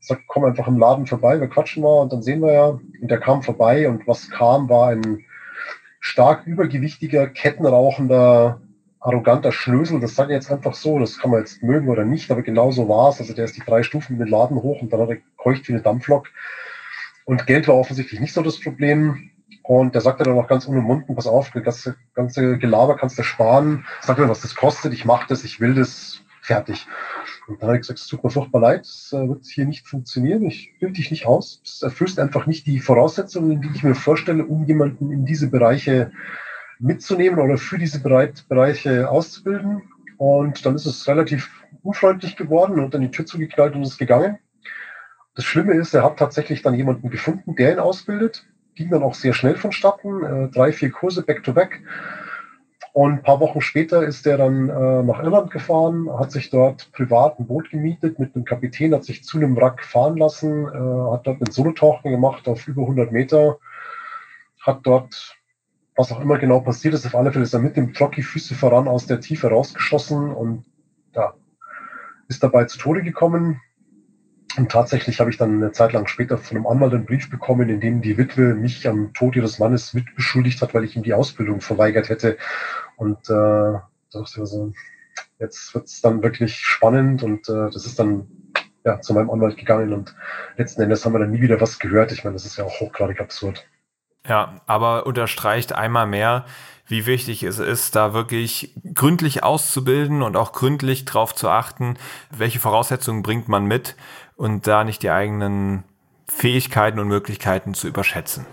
sagt, komm einfach im Laden vorbei, wir quatschen mal und dann sehen wir ja. Und der kam vorbei und was kam, war ein stark übergewichtiger, kettenrauchender, arroganter Schnösel. Das sage ich jetzt einfach so, das kann man jetzt mögen oder nicht, aber genau so war es. Also der ist die 3 Stufen in den Laden hoch und dann hat er keucht wie eine Dampflok. Und Geld war offensichtlich nicht so das Problem. Und der sagte dann auch ganz unumwunden, pass auf, das ganze Gelaber kannst du sparen. Sag mir, was das kostet, ich mache das, ich will das, fertig. Und dann habe ich gesagt, es tut mir furchtbar leid, das wird hier nicht funktionieren, ich will dich nicht aus. Es erfüllst einfach nicht die Voraussetzungen, die ich mir vorstelle, um jemanden in diese Bereiche mitzunehmen oder für diese Bereiche auszubilden. Und dann ist es relativ unfreundlich geworden und dann die Tür zugeknallt und ist gegangen. Das Schlimme ist, er hat tatsächlich dann jemanden gefunden, der ihn ausbildet. Ging dann auch sehr schnell vonstatten, 3, 4 Kurse back-to-back. Und ein paar Wochen später ist er dann nach Irland gefahren, hat sich dort privat ein Boot gemietet mit einem Kapitän, hat sich zu einem Wrack fahren lassen, hat dort ein Solotauchen gemacht auf über 100 Meter, hat dort, was auch immer genau passiert ist, auf alle Fälle ist er mit dem Trocki Füße voran aus der Tiefe rausgeschossen und ja, ist dabei zu Tode gekommen. Und tatsächlich habe ich dann eine Zeit lang später von einem Anwalt einen Brief bekommen, in dem die Witwe mich am Tod ihres Mannes mitbeschuldigt hat, weil ich ihm die Ausbildung verweigert hätte. Und da dachte ich mir so, jetzt wird es dann wirklich spannend und das ist dann ja zu meinem Anwalt gegangen und letzten Endes haben wir dann nie wieder was gehört. Ich meine, das ist ja auch hochgradig absurd. Ja, aber unterstreicht einmal mehr, wie wichtig es ist, da wirklich gründlich auszubilden und auch gründlich drauf zu achten, welche Voraussetzungen bringt man mit und da nicht die eigenen Fähigkeiten und Möglichkeiten zu überschätzen.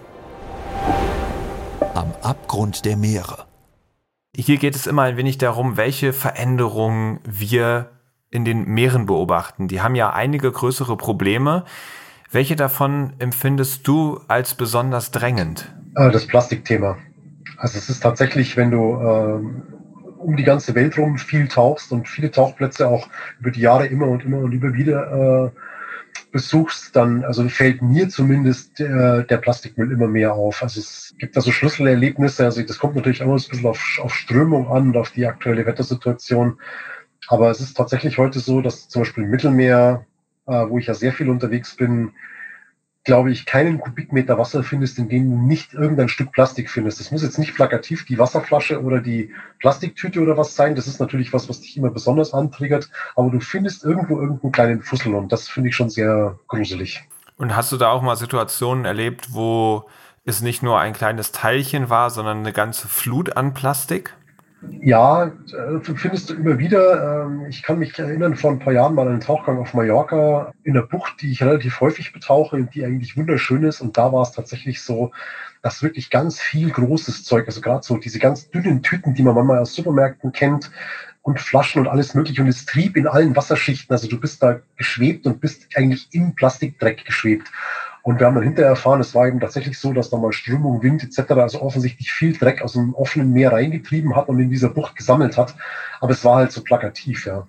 Am Abgrund der Meere. Hier geht es immer ein wenig darum, welche Veränderungen wir in den Meeren beobachten. Die haben ja einige größere Probleme. Welche davon empfindest du als besonders drängend? Das Plastikthema. Also es ist tatsächlich, wenn du um die ganze Welt rum viel tauchst und viele Tauchplätze auch über die Jahre immer und immer wieder besuchst, dann also fällt mir zumindest der Plastikmüll immer mehr auf. Also es gibt da so Schlüsselerlebnisse, also das kommt natürlich immer ein bisschen auf Strömung an und auf die aktuelle Wettersituation. Aber es ist tatsächlich heute so, dass zum Beispiel im Mittelmeer, wo ich ja sehr viel unterwegs bin, glaube ich, keinen Kubikmeter Wasser findest, in dem du nicht irgendein Stück Plastik findest. Das muss jetzt nicht plakativ die Wasserflasche oder die Plastiktüte oder was sein. Das ist natürlich was dich immer besonders antriggert. Aber du findest irgendwo irgendeinen kleinen Fussel und das finde ich schon sehr gruselig. Und hast du da auch mal Situationen erlebt, wo es nicht nur ein kleines Teilchen war, sondern eine ganze Flut an Plastik? Ja, findest du immer wieder. Ich kann mich erinnern, vor ein paar Jahren mal einen Tauchgang auf Mallorca in der Bucht, die ich relativ häufig betauche und die eigentlich wunderschön ist. Und da war es tatsächlich so, dass wirklich ganz viel großes Zeug, also gerade so diese ganz dünnen Tüten, die man manchmal aus Supermärkten kennt und Flaschen und alles mögliche. Und es trieb in allen Wasserschichten. Also du bist da geschwebt und bist eigentlich im Plastikdreck geschwebt. Und wir haben dann hinterher erfahren, es war eben tatsächlich so, dass da mal Strömung, Wind etc. also offensichtlich viel Dreck aus dem offenen Meer reingetrieben hat und in dieser Bucht gesammelt hat. Aber es war halt so plakativ, ja.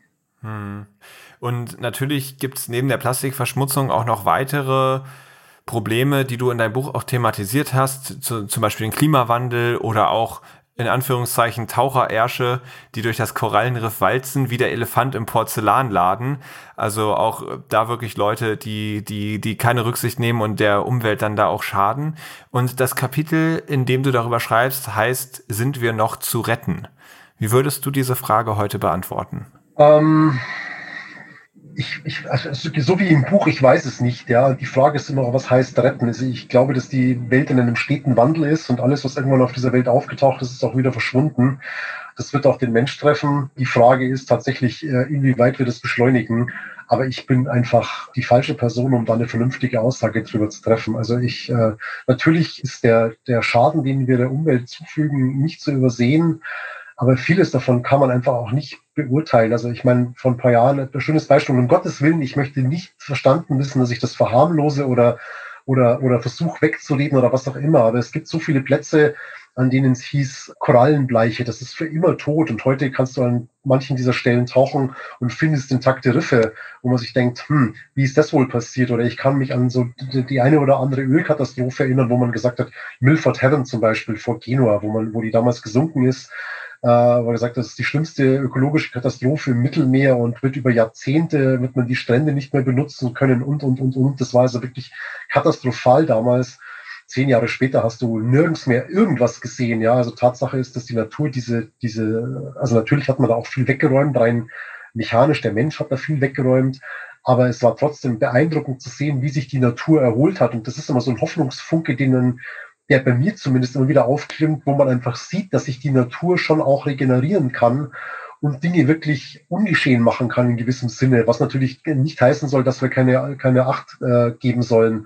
Und natürlich gibt es neben der Plastikverschmutzung auch noch weitere Probleme, die du in deinem Buch auch thematisiert hast, zum Beispiel den Klimawandel oder auch in Anführungszeichen Taucherärsche, die durch das Korallenriff walzen, wie der Elefant im Porzellanladen. Also auch da wirklich Leute, die keine Rücksicht nehmen und der Umwelt dann da auch schaden. Und das Kapitel, in dem du darüber schreibst, heißt, sind wir noch zu retten? Wie würdest du diese Frage heute beantworten? Also so wie im Buch, ich weiß es nicht. Ja, die Frage ist immer, was heißt retten? Also ich glaube, dass die Welt in einem steten Wandel ist und alles, was irgendwann auf dieser Welt aufgetaucht ist, ist auch wieder verschwunden. Das wird auch den Mensch treffen. Die Frage ist tatsächlich, inwieweit wir das beschleunigen. Aber ich bin einfach die falsche Person, um da eine vernünftige Aussage drüber zu treffen. Also natürlich ist der Schaden, den wir der Umwelt zufügen, nicht zu übersehen. Aber vieles davon kann man einfach auch nicht beurteilen. Also ich meine, vor ein paar Jahren ein schönes Beispiel, um Gottes Willen, ich möchte nicht verstanden wissen, dass ich das verharmlose oder versuche wegzureden oder was auch immer. Aber es gibt so viele Plätze, an denen es hieß Korallenbleiche, das ist für immer tot. Und heute kannst du an manchen dieser Stellen tauchen und findest intakte Riffe, wo man sich denkt, wie ist das wohl passiert? Oder ich kann mich an so die eine oder andere Ölkatastrophe erinnern, wo man gesagt hat, Milford Haven zum Beispiel vor Genua, wo die damals gesunken ist. wo er gesagt hat, das ist die schlimmste ökologische Katastrophe im Mittelmeer und wird über Jahrzehnte, wird man die Strände nicht mehr benutzen können und. Das war also wirklich katastrophal damals. 10 Jahre später hast du nirgends mehr irgendwas gesehen, ja. Also Tatsache ist, dass die Natur also natürlich hat man da auch viel weggeräumt, rein mechanisch, der Mensch hat da viel weggeräumt, aber es war trotzdem beeindruckend zu sehen, wie sich die Natur erholt hat. Und das ist immer so ein Hoffnungsfunke, der bei mir zumindest immer wieder aufklimmt, wo man einfach sieht, dass sich die Natur schon auch regenerieren kann und Dinge wirklich ungeschehen machen kann in gewissem Sinne, was natürlich nicht heißen soll, dass wir keine Acht geben sollen.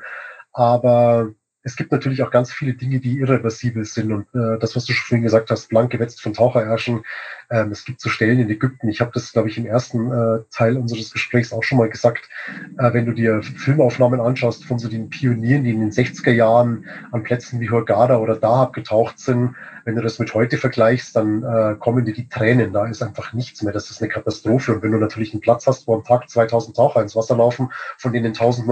Aber es gibt natürlich auch ganz viele Dinge, die irreversibel sind. Und das, was du schon vorhin gesagt hast, blank gewetzt von Taucherärschen. Es gibt so Stellen in Ägypten. Ich habe das, glaube ich, im ersten Teil unseres Gesprächs auch schon mal gesagt. Wenn du dir Filmaufnahmen anschaust von so den Pionieren, die in den 60er Jahren an Plätzen wie Hurghada oder Dahab getaucht sind, wenn du das mit heute vergleichst, dann kommen dir die Tränen. Da ist einfach nichts mehr. Das ist eine Katastrophe. Und wenn du natürlich einen Platz hast, wo am Tag 2000 Taucher ins Wasser laufen, von denen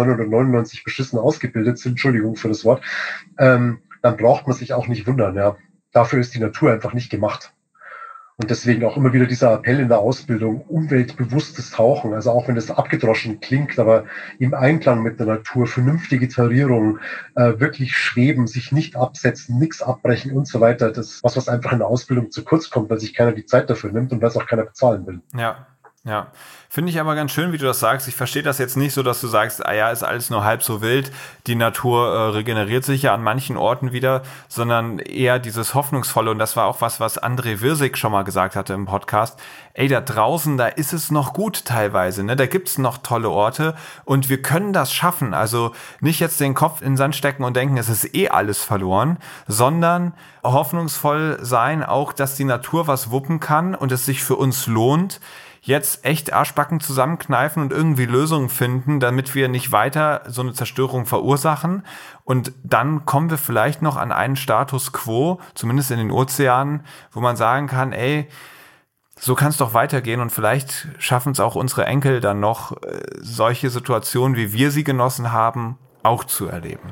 1999 beschissen ausgebildet sind, Entschuldigung für das Wort, dann braucht man sich auch nicht wundern. Ja. Dafür ist die Natur einfach nicht gemacht. Und deswegen auch immer wieder dieser Appell in der Ausbildung, umweltbewusstes Tauchen, also auch wenn das abgedroschen klingt, aber im Einklang mit der Natur, vernünftige Tarierung, wirklich schweben, sich nicht absetzen, nichts abbrechen und so weiter. Das ist was einfach in der Ausbildung zu kurz kommt, weil sich keiner die Zeit dafür nimmt und weil es auch keiner bezahlen will. Ja. Finde ich aber ganz schön, wie du das sagst. Ich verstehe das jetzt nicht so, dass du sagst, ist alles nur halb so wild, die Natur regeneriert sich ja an manchen Orten wieder, sondern eher dieses Hoffnungsvolle. Und das war auch was André Wirsig schon mal gesagt hatte im Podcast. Da draußen, da ist es noch gut teilweise, ne? Da gibt's noch tolle Orte und wir können das schaffen. Also nicht jetzt den Kopf in den Sand stecken und denken, es ist alles verloren, sondern hoffnungsvoll sein, auch dass die Natur was wuppen kann und es sich für uns lohnt, jetzt echt Arschbacken zusammenkneifen und irgendwie Lösungen finden, damit wir nicht weiter so eine Zerstörung verursachen. Und dann kommen wir vielleicht noch an einen Status quo, zumindest in den Ozeanen, wo man sagen kann, so kann es doch weitergehen und vielleicht schaffen es auch unsere Enkel dann noch, solche Situationen, wie wir sie genossen haben, auch zu erleben.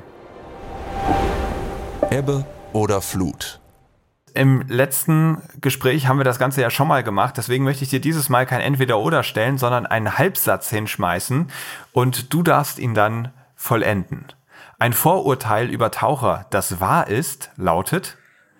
Ebbe oder Flut? Im letzten Gespräch haben wir das Ganze ja schon mal gemacht, deswegen möchte ich dir dieses Mal kein Entweder-Oder stellen, sondern einen Halbsatz hinschmeißen und du darfst ihn dann vollenden. Ein Vorurteil über Taucher, das wahr ist, lautet: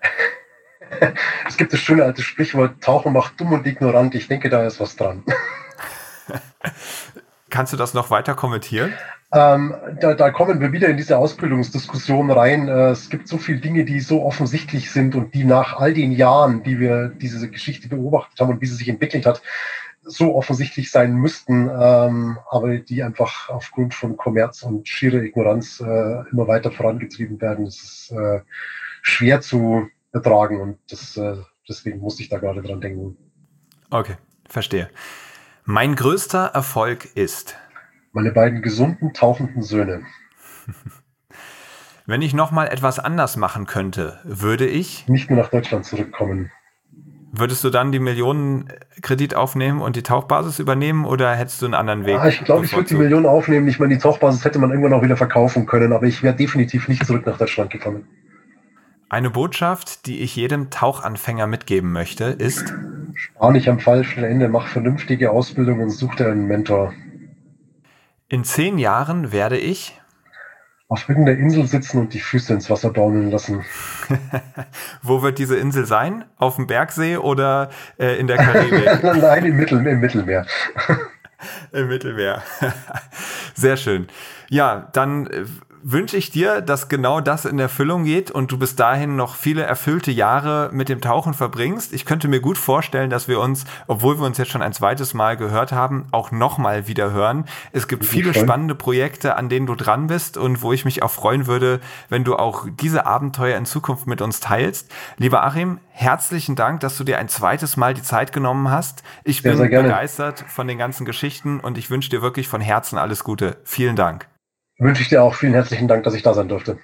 Es gibt das schöne alte Sprichwort, Tauchen macht dumm und ignorant. Ich denke, da ist was dran. Kannst du das noch weiter kommentieren? Da kommen wir wieder in diese Ausbildungsdiskussion rein. Es gibt so viele Dinge, die so offensichtlich sind und die nach all den Jahren, die wir diese Geschichte beobachtet haben und wie sie sich entwickelt hat, so offensichtlich sein müssten, aber die einfach aufgrund von Kommerz und schierer Ignoranz immer weiter vorangetrieben werden. Das ist schwer zu ertragen und deswegen musste ich da gerade dran denken. Okay, verstehe. Mein größter Erfolg ist: meine beiden gesunden, tauchenden Söhne. Wenn ich nochmal etwas anders machen könnte, würde ich nicht mehr nach Deutschland zurückkommen. Würdest du dann die Millionenkredit aufnehmen und die Tauchbasis übernehmen oder hättest du einen anderen Weg? Ich glaube, ich würde die Millionen aufnehmen. Ich meine, die Tauchbasis hätte man irgendwann auch wieder verkaufen können, aber ich wäre definitiv nicht zurück nach Deutschland gekommen. Eine Botschaft, die ich jedem Tauchanfänger mitgeben möchte, ist: spar nicht am falschen Ende, mach vernünftige Ausbildung und such dir einen Mentor. In 10 Jahren werde ich auf irgendeiner Insel sitzen und die Füße ins Wasser baumeln lassen. Wo wird diese Insel sein? Auf dem Bergsee oder in der Karibik? Nein, im Mittelmeer. Im Mittelmeer. Sehr schön. Ja, dann wünsche ich dir, dass genau das in Erfüllung geht und du bis dahin noch viele erfüllte Jahre mit dem Tauchen verbringst. Ich könnte mir gut vorstellen, dass wir uns, obwohl wir uns jetzt schon ein zweites Mal gehört haben, auch nochmal wieder hören. Es gibt viele spannende Projekte, an denen du dran bist und wo ich mich auch freuen würde, wenn du auch diese Abenteuer in Zukunft mit uns teilst. Lieber Achim, herzlichen Dank, dass du dir ein zweites Mal die Zeit genommen hast. Ich bin begeistert von den ganzen Geschichten und ich wünsche dir wirklich von Herzen alles Gute. Vielen Dank. Wünsche ich dir auch vielen herzlichen Dank, dass ich da sein durfte.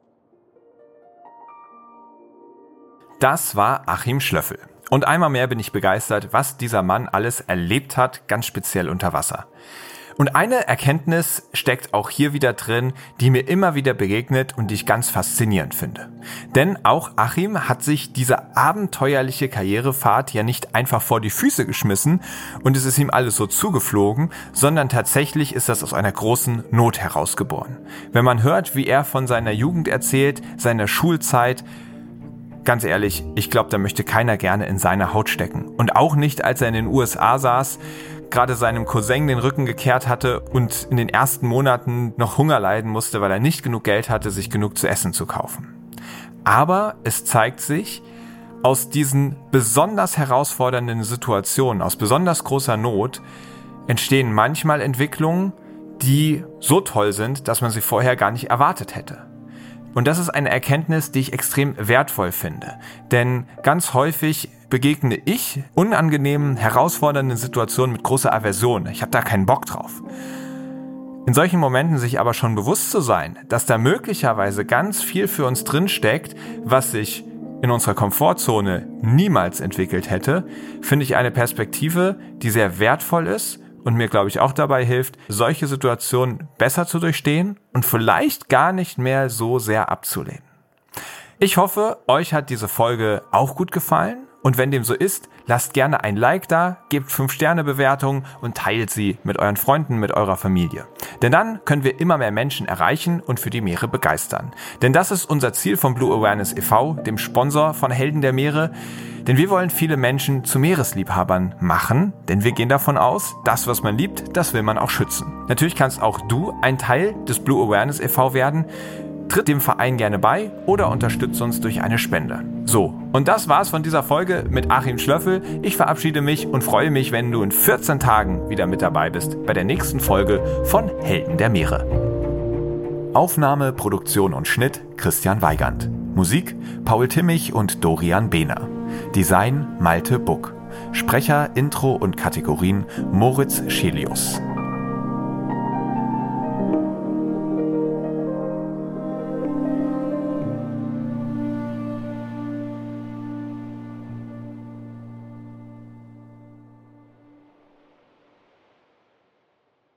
Das war Achim Schlöffel. Und einmal mehr bin ich begeistert, was dieser Mann alles erlebt hat, ganz speziell unter Wasser. Und eine Erkenntnis steckt auch hier wieder drin, die mir immer wieder begegnet und die ich ganz faszinierend finde. Denn auch Achim hat sich diese abenteuerliche Karrierefahrt ja nicht einfach vor die Füße geschmissen und es ist ihm alles so zugeflogen, sondern tatsächlich ist das aus einer großen Not herausgeboren. Wenn man hört, wie er von seiner Jugend erzählt, seiner Schulzeit, ganz ehrlich, ich glaube, da möchte keiner gerne in seine Haut stecken. Und auch nicht, als er in den USA saß, gerade seinem Cousin den Rücken gekehrt hatte und in den ersten Monaten noch Hunger leiden musste, weil er nicht genug Geld hatte, sich genug zu essen zu kaufen. Aber es zeigt sich, aus diesen besonders herausfordernden Situationen, aus besonders großer Not, entstehen manchmal Entwicklungen, die so toll sind, dass man sie vorher gar nicht erwartet hätte. Und das ist eine Erkenntnis, die ich extrem wertvoll finde. Denn ganz häufig begegne ich unangenehmen, herausfordernden Situationen mit großer Aversion. Ich habe da keinen Bock drauf. In solchen Momenten sich aber schon bewusst zu sein, dass da möglicherweise ganz viel für uns drinsteckt, was sich in unserer Komfortzone niemals entwickelt hätte, finde ich eine Perspektive, die sehr wertvoll ist und mir, glaube ich, auch dabei hilft, solche Situationen besser zu durchstehen und vielleicht gar nicht mehr so sehr abzulehnen. Ich hoffe, euch hat diese Folge auch gut gefallen. Und wenn dem so ist, lasst gerne ein Like da, gebt 5-Sterne-Bewertungen und teilt sie mit euren Freunden, mit eurer Familie. Denn dann können wir immer mehr Menschen erreichen und für die Meere begeistern. Denn das ist unser Ziel vom Blue Awareness e.V., dem Sponsor von Helden der Meere. Denn wir wollen viele Menschen zu Meeresliebhabern machen, denn wir gehen davon aus, das, was man liebt, das will man auch schützen. Natürlich kannst auch du ein Teil des Blue Awareness e.V. werden. Tritt dem Verein gerne bei oder unterstützt uns durch eine Spende. So, und das war's von dieser Folge mit Achim Schlöffel. Ich verabschiede mich und freue mich, wenn du in 14 Tagen wieder mit dabei bist bei der nächsten Folge von Helden der Meere. Aufnahme, Produktion und Schnitt Christian Weigand. Musik Paul Timmich und Dorian Behner. Design Malte Buck. Sprecher, Intro und Kategorien Moritz Schelius.